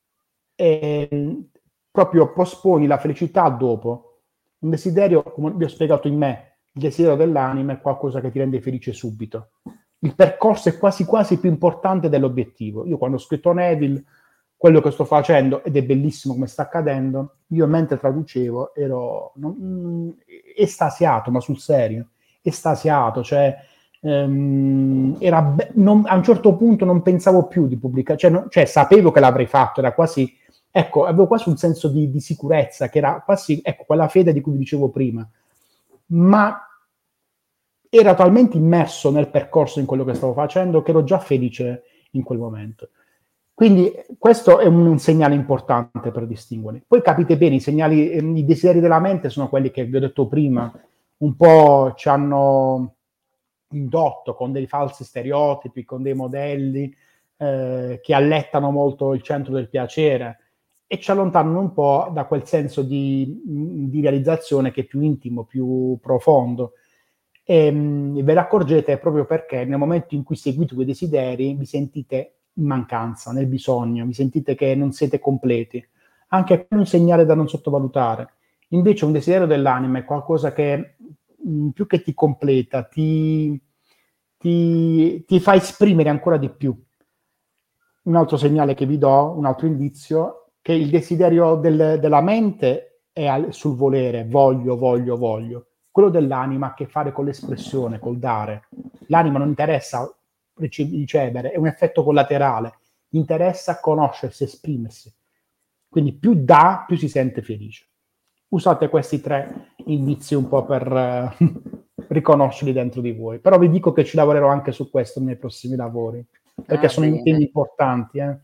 e proprio posponi la felicità a dopo. Un desiderio, come vi ho spiegato in me, il desiderio dell'anima è qualcosa che ti rende felice subito. Il percorso è quasi quasi più importante dell'obiettivo. Io quando ho scritto Neville quello che sto facendo, ed è bellissimo come sta accadendo, io mentre traducevo ero non, estasiato, ma sul serio, estasiato, cioè ehm, era be- non, a un certo punto non pensavo più di pubblicare, cioè, no, cioè sapevo che l'avrei fatto, era quasi, ecco, avevo quasi un senso di, di sicurezza, che era quasi, ecco, quella fede di cui vi dicevo prima, ma era talmente immerso nel percorso in quello che stavo facendo che ero già felice in quel momento. Quindi questo è un, un segnale importante per distinguerli. Poi capite bene, i segnali, eh, i desideri della mente sono quelli che vi ho detto prima, un po' ci hanno indotto con dei falsi stereotipi, con dei modelli eh, che allettano molto il centro del piacere e ci allontanano un po' da quel senso di, di realizzazione che è più intimo, più profondo. E mh, ve ne accorgete proprio perché nel momento in cui seguite quei desideri vi sentite in mancanza, nel bisogno, vi sentite che non siete completi. Anche un segnale da non sottovalutare. Invece un desiderio dell'anima è qualcosa che mh, più che ti completa, ti, ti, ti fa esprimere ancora di più. Un altro segnale che vi do, un altro indizio, che il desiderio del, della mente è al, sul volere, voglio, voglio, voglio. Quello dell'anima ha a che fare con l'espressione, col dare. L'anima non interessa ricevere, è un effetto collaterale, interessa conoscersi, esprimersi. Quindi più dà, più si sente felice. Usate questi tre indizi un po' per eh, riconoscerli dentro di voi. Però vi dico che ci lavorerò anche su questo nei prossimi lavori, perché Ah, sono impegni bene. importanti. Eh.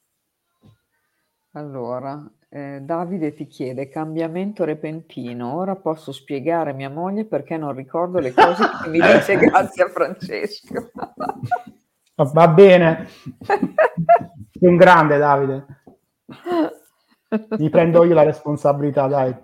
Allora, eh, Davide ti chiede, cambiamento repentino, ora posso spiegare a mia moglie perché non ricordo le cose che mi dice grazie a Francesco. Va bene. Sei un grande, Davide. Mi prendo io la responsabilità, dai.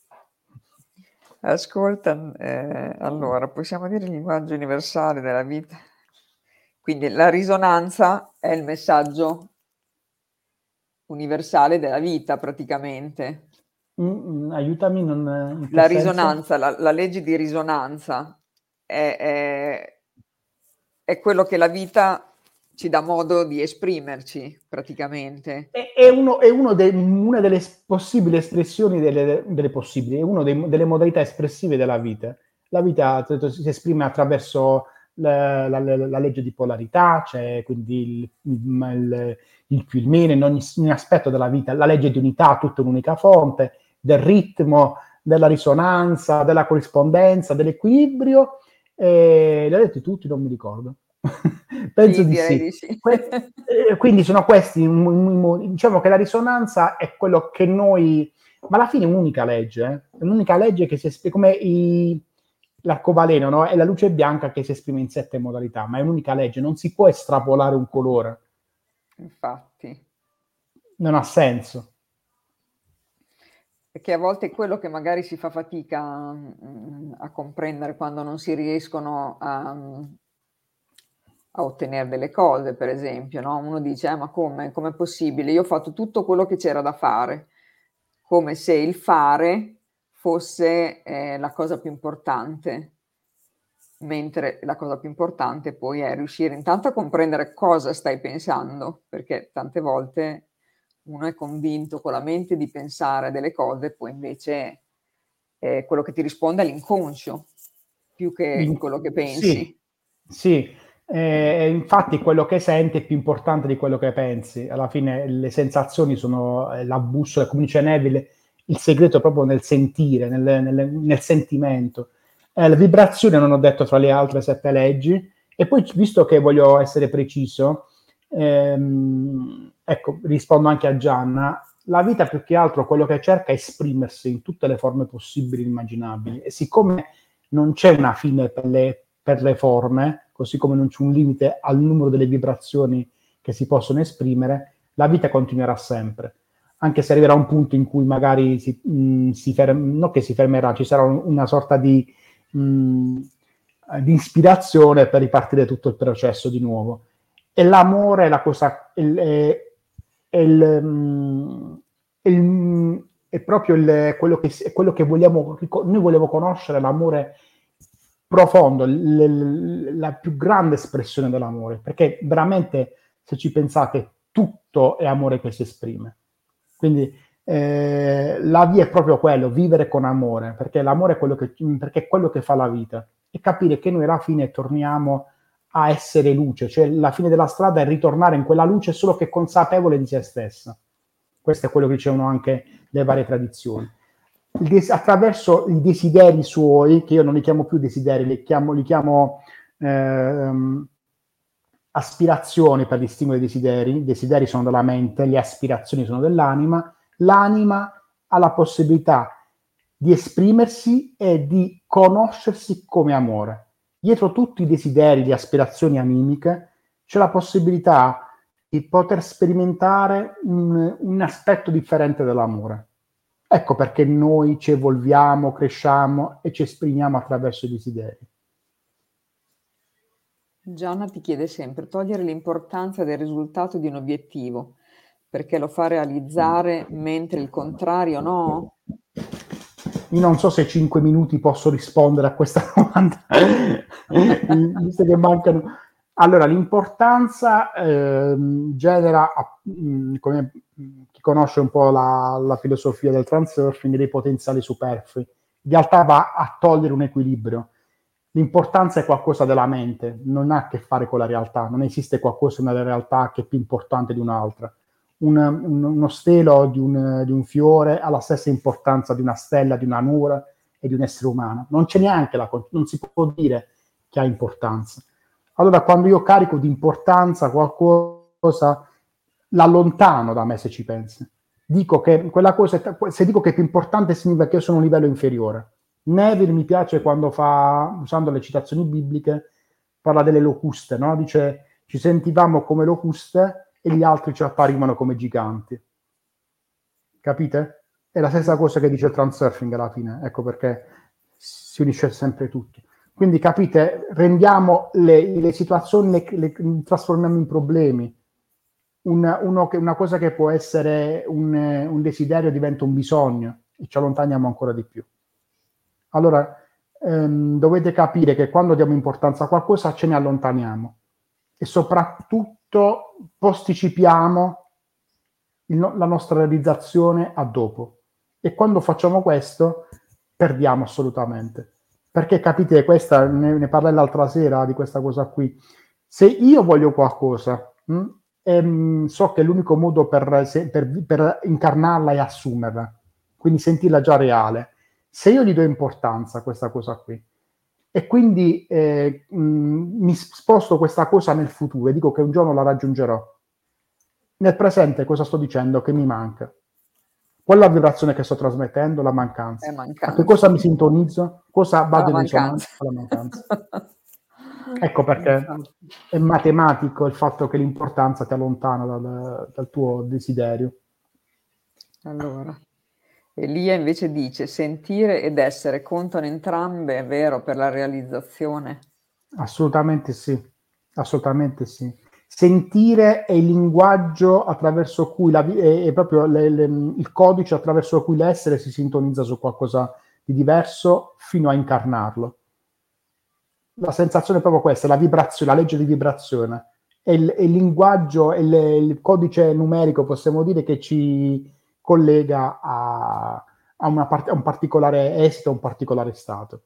Ascolta, eh, allora, possiamo dire il linguaggio universale della vita. Quindi la risonanza è il messaggio universale della vita, praticamente. Mm, mm, aiutami, non, in che La senso? risonanza, la, la legge di risonanza è, è, è quello che la vita ci dà modo di esprimerci, praticamente. È, è, uno, è uno de, una delle possibili espressioni, delle, delle possibili, è una delle modalità espressive della vita. La vita si esprime attraverso la, la, la legge di polarità, cioè quindi il, il, il più il meno in ogni, in ogni aspetto della vita, la legge di unità, tutta un'unica fonte, del ritmo, della risonanza, della corrispondenza, dell'equilibrio. Eh, li ho detti tutti, non mi ricordo. Penso Sì, di direi sì. di sì. Que- eh, quindi sono questi, diciamo che la risonanza è quello che noi, ma alla fine è un'unica legge, eh? È un'unica legge che si esprime come i, l'arcobaleno, no? È la luce bianca che si esprime in sette modalità, ma è un'unica legge, non si può estrapolare un colore, Infatti. non ha senso. Perché a volte è quello che magari si fa fatica mm, a comprendere quando non si riescono a, a ottenere delle cose, per esempio, no? Uno dice, eh, ma come? Com'è possibile? Io ho fatto tutto quello che c'era da fare, come se il fare fosse eh, la cosa più importante, mentre la cosa più importante poi è riuscire intanto a comprendere cosa stai pensando, perché tante volte uno è convinto con la mente di pensare delle cose, poi invece eh, quello che ti risponde è l'inconscio, più che In- quello che sì, pensi. sì. Eh, infatti quello che senti è più importante di quello che pensi. Alla fine le sensazioni sono eh, la bussola, come dice Neville, il segreto è proprio nel sentire, nel, nel, nel sentimento. Eh, la vibrazione non ho detto tra le altre sette leggi. E poi, visto che voglio essere preciso, ehm, ecco, rispondo anche a Gianna. La vita più che altro quello che cerca è esprimersi in tutte le forme possibili e immaginabili. E siccome non c'è una fine per le, per le forme, così come non c'è un limite al numero delle vibrazioni che si possono esprimere, la vita continuerà sempre. Anche se arriverà un punto in cui magari si, mh, si fermerà, non che si fermerà, ci sarà un, una sorta di, mh, di ispirazione per ripartire tutto il processo di nuovo. E l'amore è la cosa, il, è, è, il, mh, è, il, è proprio il, quello, che, è quello che vogliamo, noi vogliamo conoscere, l'amore profondo, l, la più grande espressione dell'amore, perché veramente, se ci pensate, tutto è amore che si esprime. Quindi eh, la via è proprio quello, vivere con amore, perché l'amore è quello che, perché è quello che fa la vita, e capire che noi alla fine torniamo a essere luce, cioè la fine della strada è ritornare in quella luce solo che consapevole di se stessa. Questo è quello che dicevano anche le varie tradizioni. Il des- attraverso i desideri suoi, che io non li chiamo più desideri, li chiamo, li chiamo ehm, aspirazioni, per distinguere i desideri. I desideri sono della mente, le aspirazioni sono dell'anima. L'anima ha la possibilità di esprimersi e di conoscersi come amore. Dietro tutti i desideri, le aspirazioni animiche, c'è la possibilità di poter sperimentare un, un aspetto differente dell'amore. Ecco perché noi ci evolviamo, cresciamo e ci esprimiamo attraverso i desideri. Gianna ti chiede sempre: togliere l'importanza del risultato di un obiettivo, perché lo fa realizzare, mentre il contrario no? Io non so se cinque minuti posso rispondere a questa domanda, visto che mancano. Allora, l'importanza eh, genera, mh, come chi conosce un po' la, la filosofia del transurfing, dei potenziali superflui. In realtà va a togliere un equilibrio. L'importanza è qualcosa della mente, non ha a che fare con la realtà, non esiste qualcosa nella realtà che è più importante di un'altra. Un, un, uno stelo di un, di un fiore ha la stessa importanza di una stella, di una nuvole e di un essere umano. Non c'è neanche la, non si può dire che ha importanza. Allora, quando io carico di importanza qualcosa, l'allontano da me, se ci pensi. Dico che quella cosa, se dico che è più importante, significa che io sono a un livello inferiore. Neville mi piace quando fa, usando le citazioni bibliche, parla delle locuste, no? Dice: ci sentivamo come locuste e gli altri ci apparivano come giganti. Capite? È la stessa cosa che dice il transurfing alla fine, ecco perché si unisce sempre tutto. Quindi capite, rendiamo le, le situazioni, le, le trasformiamo in problemi. Una, uno che, una cosa che può essere un, un desiderio diventa un bisogno e ci allontaniamo ancora di più. Allora, ehm, dovete capire che quando diamo importanza a qualcosa ce ne allontaniamo e soprattutto posticipiamo il no- la nostra realizzazione a dopo. E quando facciamo questo perdiamo assolutamente. Perché capite, questa, ne, ne parlai l'altra sera di questa cosa qui. Se io voglio qualcosa, mh, e, mh, so che l'unico modo per, se, per, per incarnarla è assumerla, quindi sentirla già reale. Se io gli do importanza a questa cosa qui e quindi eh, mh, mi sposto questa cosa nel futuro e dico che un giorno la raggiungerò, nel presente cosa sto dicendo? Che mi manca. Qual è la vibrazione che sto trasmettendo? La mancanza. A che cosa mi sintonizzo? Cosa vado in risonanza? Alla mancanza. Ecco perché è matematico il fatto che l'importanza ti allontana dal, dal tuo desiderio. Allora, Elia invece dice: sentire ed essere contano entrambe, è vero, per la realizzazione? Assolutamente sì, assolutamente sì. Sentire è il linguaggio attraverso cui la, è, è proprio le, le, il codice attraverso cui l'essere si sintonizza su qualcosa di diverso fino a incarnarlo. La sensazione è proprio questa, la vibrazione, la legge di vibrazione. È il, è il linguaggio, è il, il codice numerico, possiamo dire, che ci collega a, a, una part- a un particolare esito, a un particolare stato.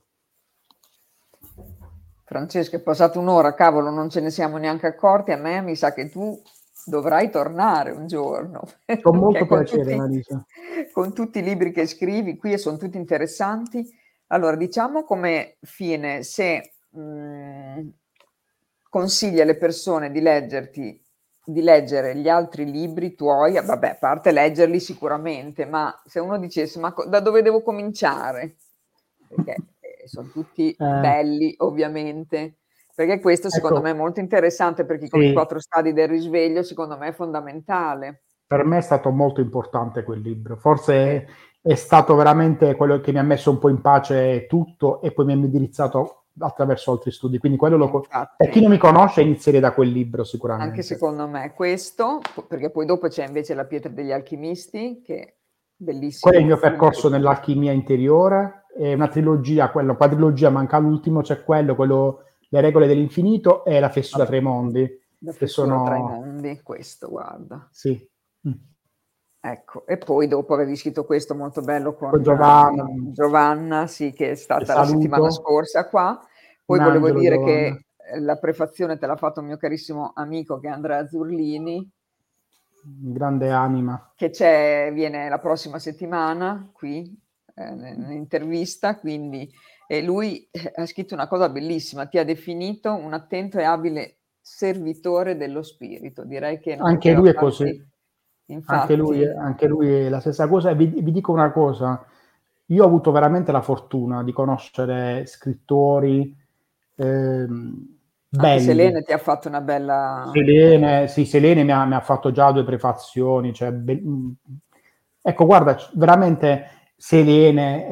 Francesca, è passata un'ora, cavolo, non ce ne siamo neanche accorti. A me mi sa che tu dovrai tornare un giorno. Con molto con piacere, tutti, Marisa. con tutti i libri che scrivi qui, e sono tutti interessanti. Allora, diciamo come fine, se mh, consigli alle persone di leggerti, di leggere gli altri libri tuoi, vabbè, a parte leggerli sicuramente, ma se uno dicesse: ma da dove devo cominciare? Perché sono tutti Eh, belli, ovviamente, perché questo secondo ecco, me è molto interessante, perché con i sì, quattro stadi del risveglio secondo me è fondamentale. per me è stato molto importante quel libro. Forse è, è stato veramente quello che mi ha messo un po' in pace tutto e poi mi ha indirizzato attraverso altri studi. Quindi quello lo, Infatti, per chi non mi conosce inizierei da quel libro sicuramente. anche secondo me questo, perché poi dopo c'è invece La pietra degli alchimisti, che è bellissimo. Quello è il mio percorso nell'alchimia interiore, è una trilogia, quella quadrilogia, manca l'ultimo, c'è quello, quello Le regole dell'infinito e La fessura tra i mondi. La che fessura sono... tra i mondi, questo, guarda. Sì. Mm. Ecco, e poi dopo avevi scritto questo molto bello con Con Giovanna, uh, Giovanna, sì, che è che stata la settimana saluto, scorsa qua. Poi un volevo angelo dire Giovanna. che eh, la prefazione te l'ha fatto un mio carissimo amico che è Andrea Zurlini, Grande anima. che c'è, viene la prossima settimana qui, eh, in intervista, quindi e lui eh, ha scritto una cosa bellissima, ti ha definito un attento e abile servitore dello spirito. Direi che non Anche poteva lui è così. farti, Anche lui, infatti, anche lui è la stessa cosa. E vi, vi dico una cosa, io ho avuto veramente la fortuna di conoscere scrittori ehm, anche belli. Selene ti ha fatto una bella... Selene, sì, Selene mi ha, mi ha fatto già due prefazioni. Cioè, be- ecco, guarda, veramente Selene,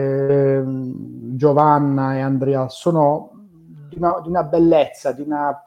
ehm, Giovanna e Andrea sono di una, di una bellezza, di una,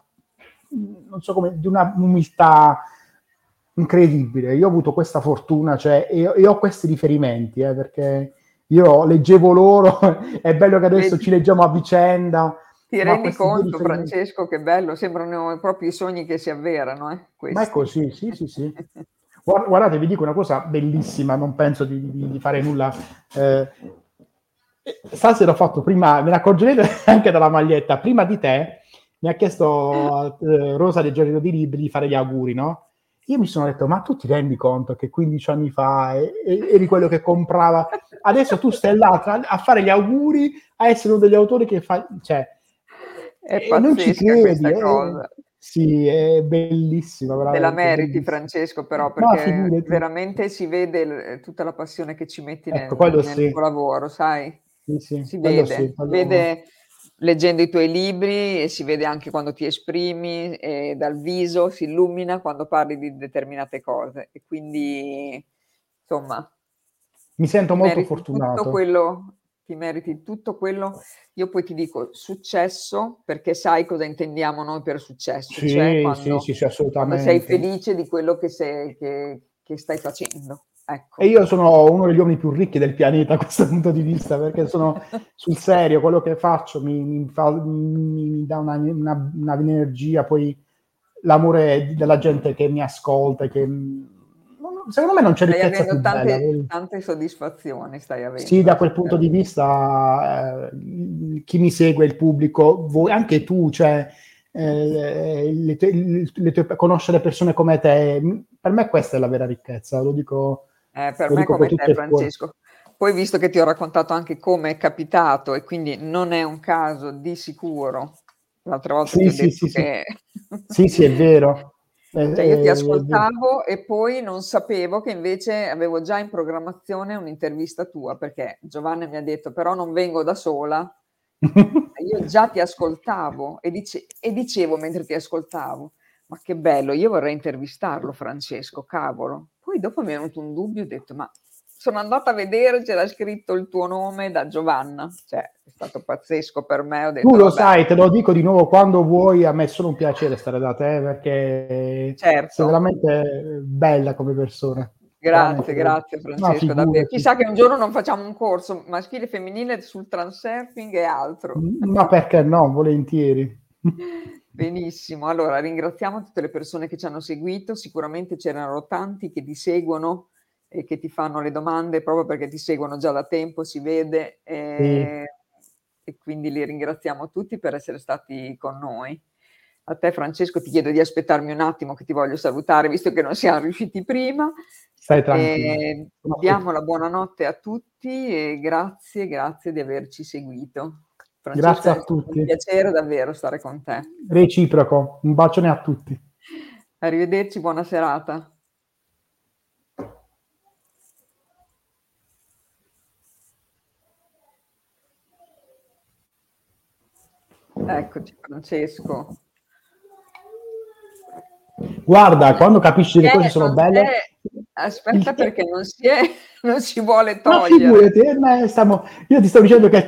non so come, di una umiltà incredibile. Io ho avuto questa fortuna, cioè, e, e ho questi riferimenti, eh, perché io leggevo loro, è bello che adesso Vedi? ci leggiamo a vicenda, Ti ma rendi questi due conto, riferimenti... Francesco, che bello, sembrano proprio i sogni che si avverano, eh, Ma è questi. così, sì, sì, sì. Guardate, vi dico una cosa bellissima, non penso di, di, di fare nulla. Eh, stasera ho fatto prima, me ne accorgerete anche dalla maglietta, prima di te mi ha chiesto eh, Rosa del Giardino di Libri di fare gli auguri, no? Io mi sono detto, ma tu ti rendi conto che quindici anni fa eh, eri quello che comprava, adesso tu stai là a fare gli auguri, a essere uno degli autori che fa... Cioè, È e non ci pazzesca credi, questa eh? cosa. Sì, è bellissima, Te la veramente meriti, bellissima. Francesco, però, Ma perché figurati, veramente si vede l- tutta la passione che ci metti nel, ecco, quello nel sì, tuo lavoro, sai? sì, sì, Si quello sì, vede, si quello... vede leggendo i tuoi libri e si vede anche quando ti esprimi e dal viso si illumina quando parli di determinate cose. E quindi, insomma, Mi sento ti molto meriti tutto fortunato. quello, ti meriti tutto quello. Io poi ti dico successo, perché sai cosa intendiamo noi per successo, cioè Sì, sì, quando, sì, sì, quando sei assolutamente. felice di quello che, sei, che, che stai facendo. E Ecco. io sono uno degli uomini più ricchi del pianeta da questo punto di vista, perché sono sul serio, quello che faccio mi, mi, fa, mi, mi dà una, una, una energia, poi l'amore della gente che mi ascolta, che secondo me non c'è Stai ricchezza più avendo bella. tante, tante soddisfazioni, stai Sì, avendo. da quel punto di vista, eh, chi mi segue, il pubblico, voi, anche tu, cioè, eh, le tue, le tue, conoscere persone come te, per me questa è la vera ricchezza, lo dico, Eh, per lo me dico con come tutto te, il cuore. Francesco. Poi, visto che ti ho raccontato anche come è capitato, e quindi non è un caso di sicuro, l'altra volta ti Sì, ho sì, detto sì, sì, che... sì, sì, è vero. Eh, Cioè io ti eh, è vero. ascoltavo e poi non sapevo che invece avevo già in programmazione un'intervista tua, perché Giovanna mi ha detto, però non vengo da sola. Io già ti ascoltavo e, dice- e dicevo mentre ti ascoltavo, ma che bello, io vorrei intervistarlo, Francesco, cavolo. Poi dopo mi è venuto un dubbio, ho detto, ma sono andata a vedere, c'era scritto il tuo nome da Giovanna, cioè è stato pazzesco per me, ho Tu detto, lo vabbè, sai, te lo dico di nuovo quando vuoi, a me è solo un piacere stare da te perché sei certo. veramente bella come persona, Grazie, veramente. grazie No, Francesco, davvero. figurati. Chissà che un giorno non facciamo un corso maschile e femminile sul transurfing e altro. Ma perché no, volentieri. Benissimo, allora ringraziamo tutte le persone che ci hanno seguito, sicuramente c'erano tanti che ti seguono e che ti fanno le domande proprio perché ti seguono già da tempo, si vede, Sì, eh, e quindi li ringraziamo tutti per essere stati con noi. A te Francesco ti chiedo di aspettarmi un attimo che ti voglio salutare, visto che non siamo riusciti prima. stai tranquilla. E Sono qui. diamo la buonanotte a tutti e grazie, grazie di averci seguito. Francesco, Grazie è a stato un tutti. piacere davvero stare con te. Reciproco. Un bacione a tutti. Arrivederci, buona serata. Eccoci Francesco. Guarda, quando capisci le cose Eh, sono non si belle, è, il aspetta te- perché non si è, non si vuole ma togliere. figurati, eh, ma stiamo- io ti sto dicendo che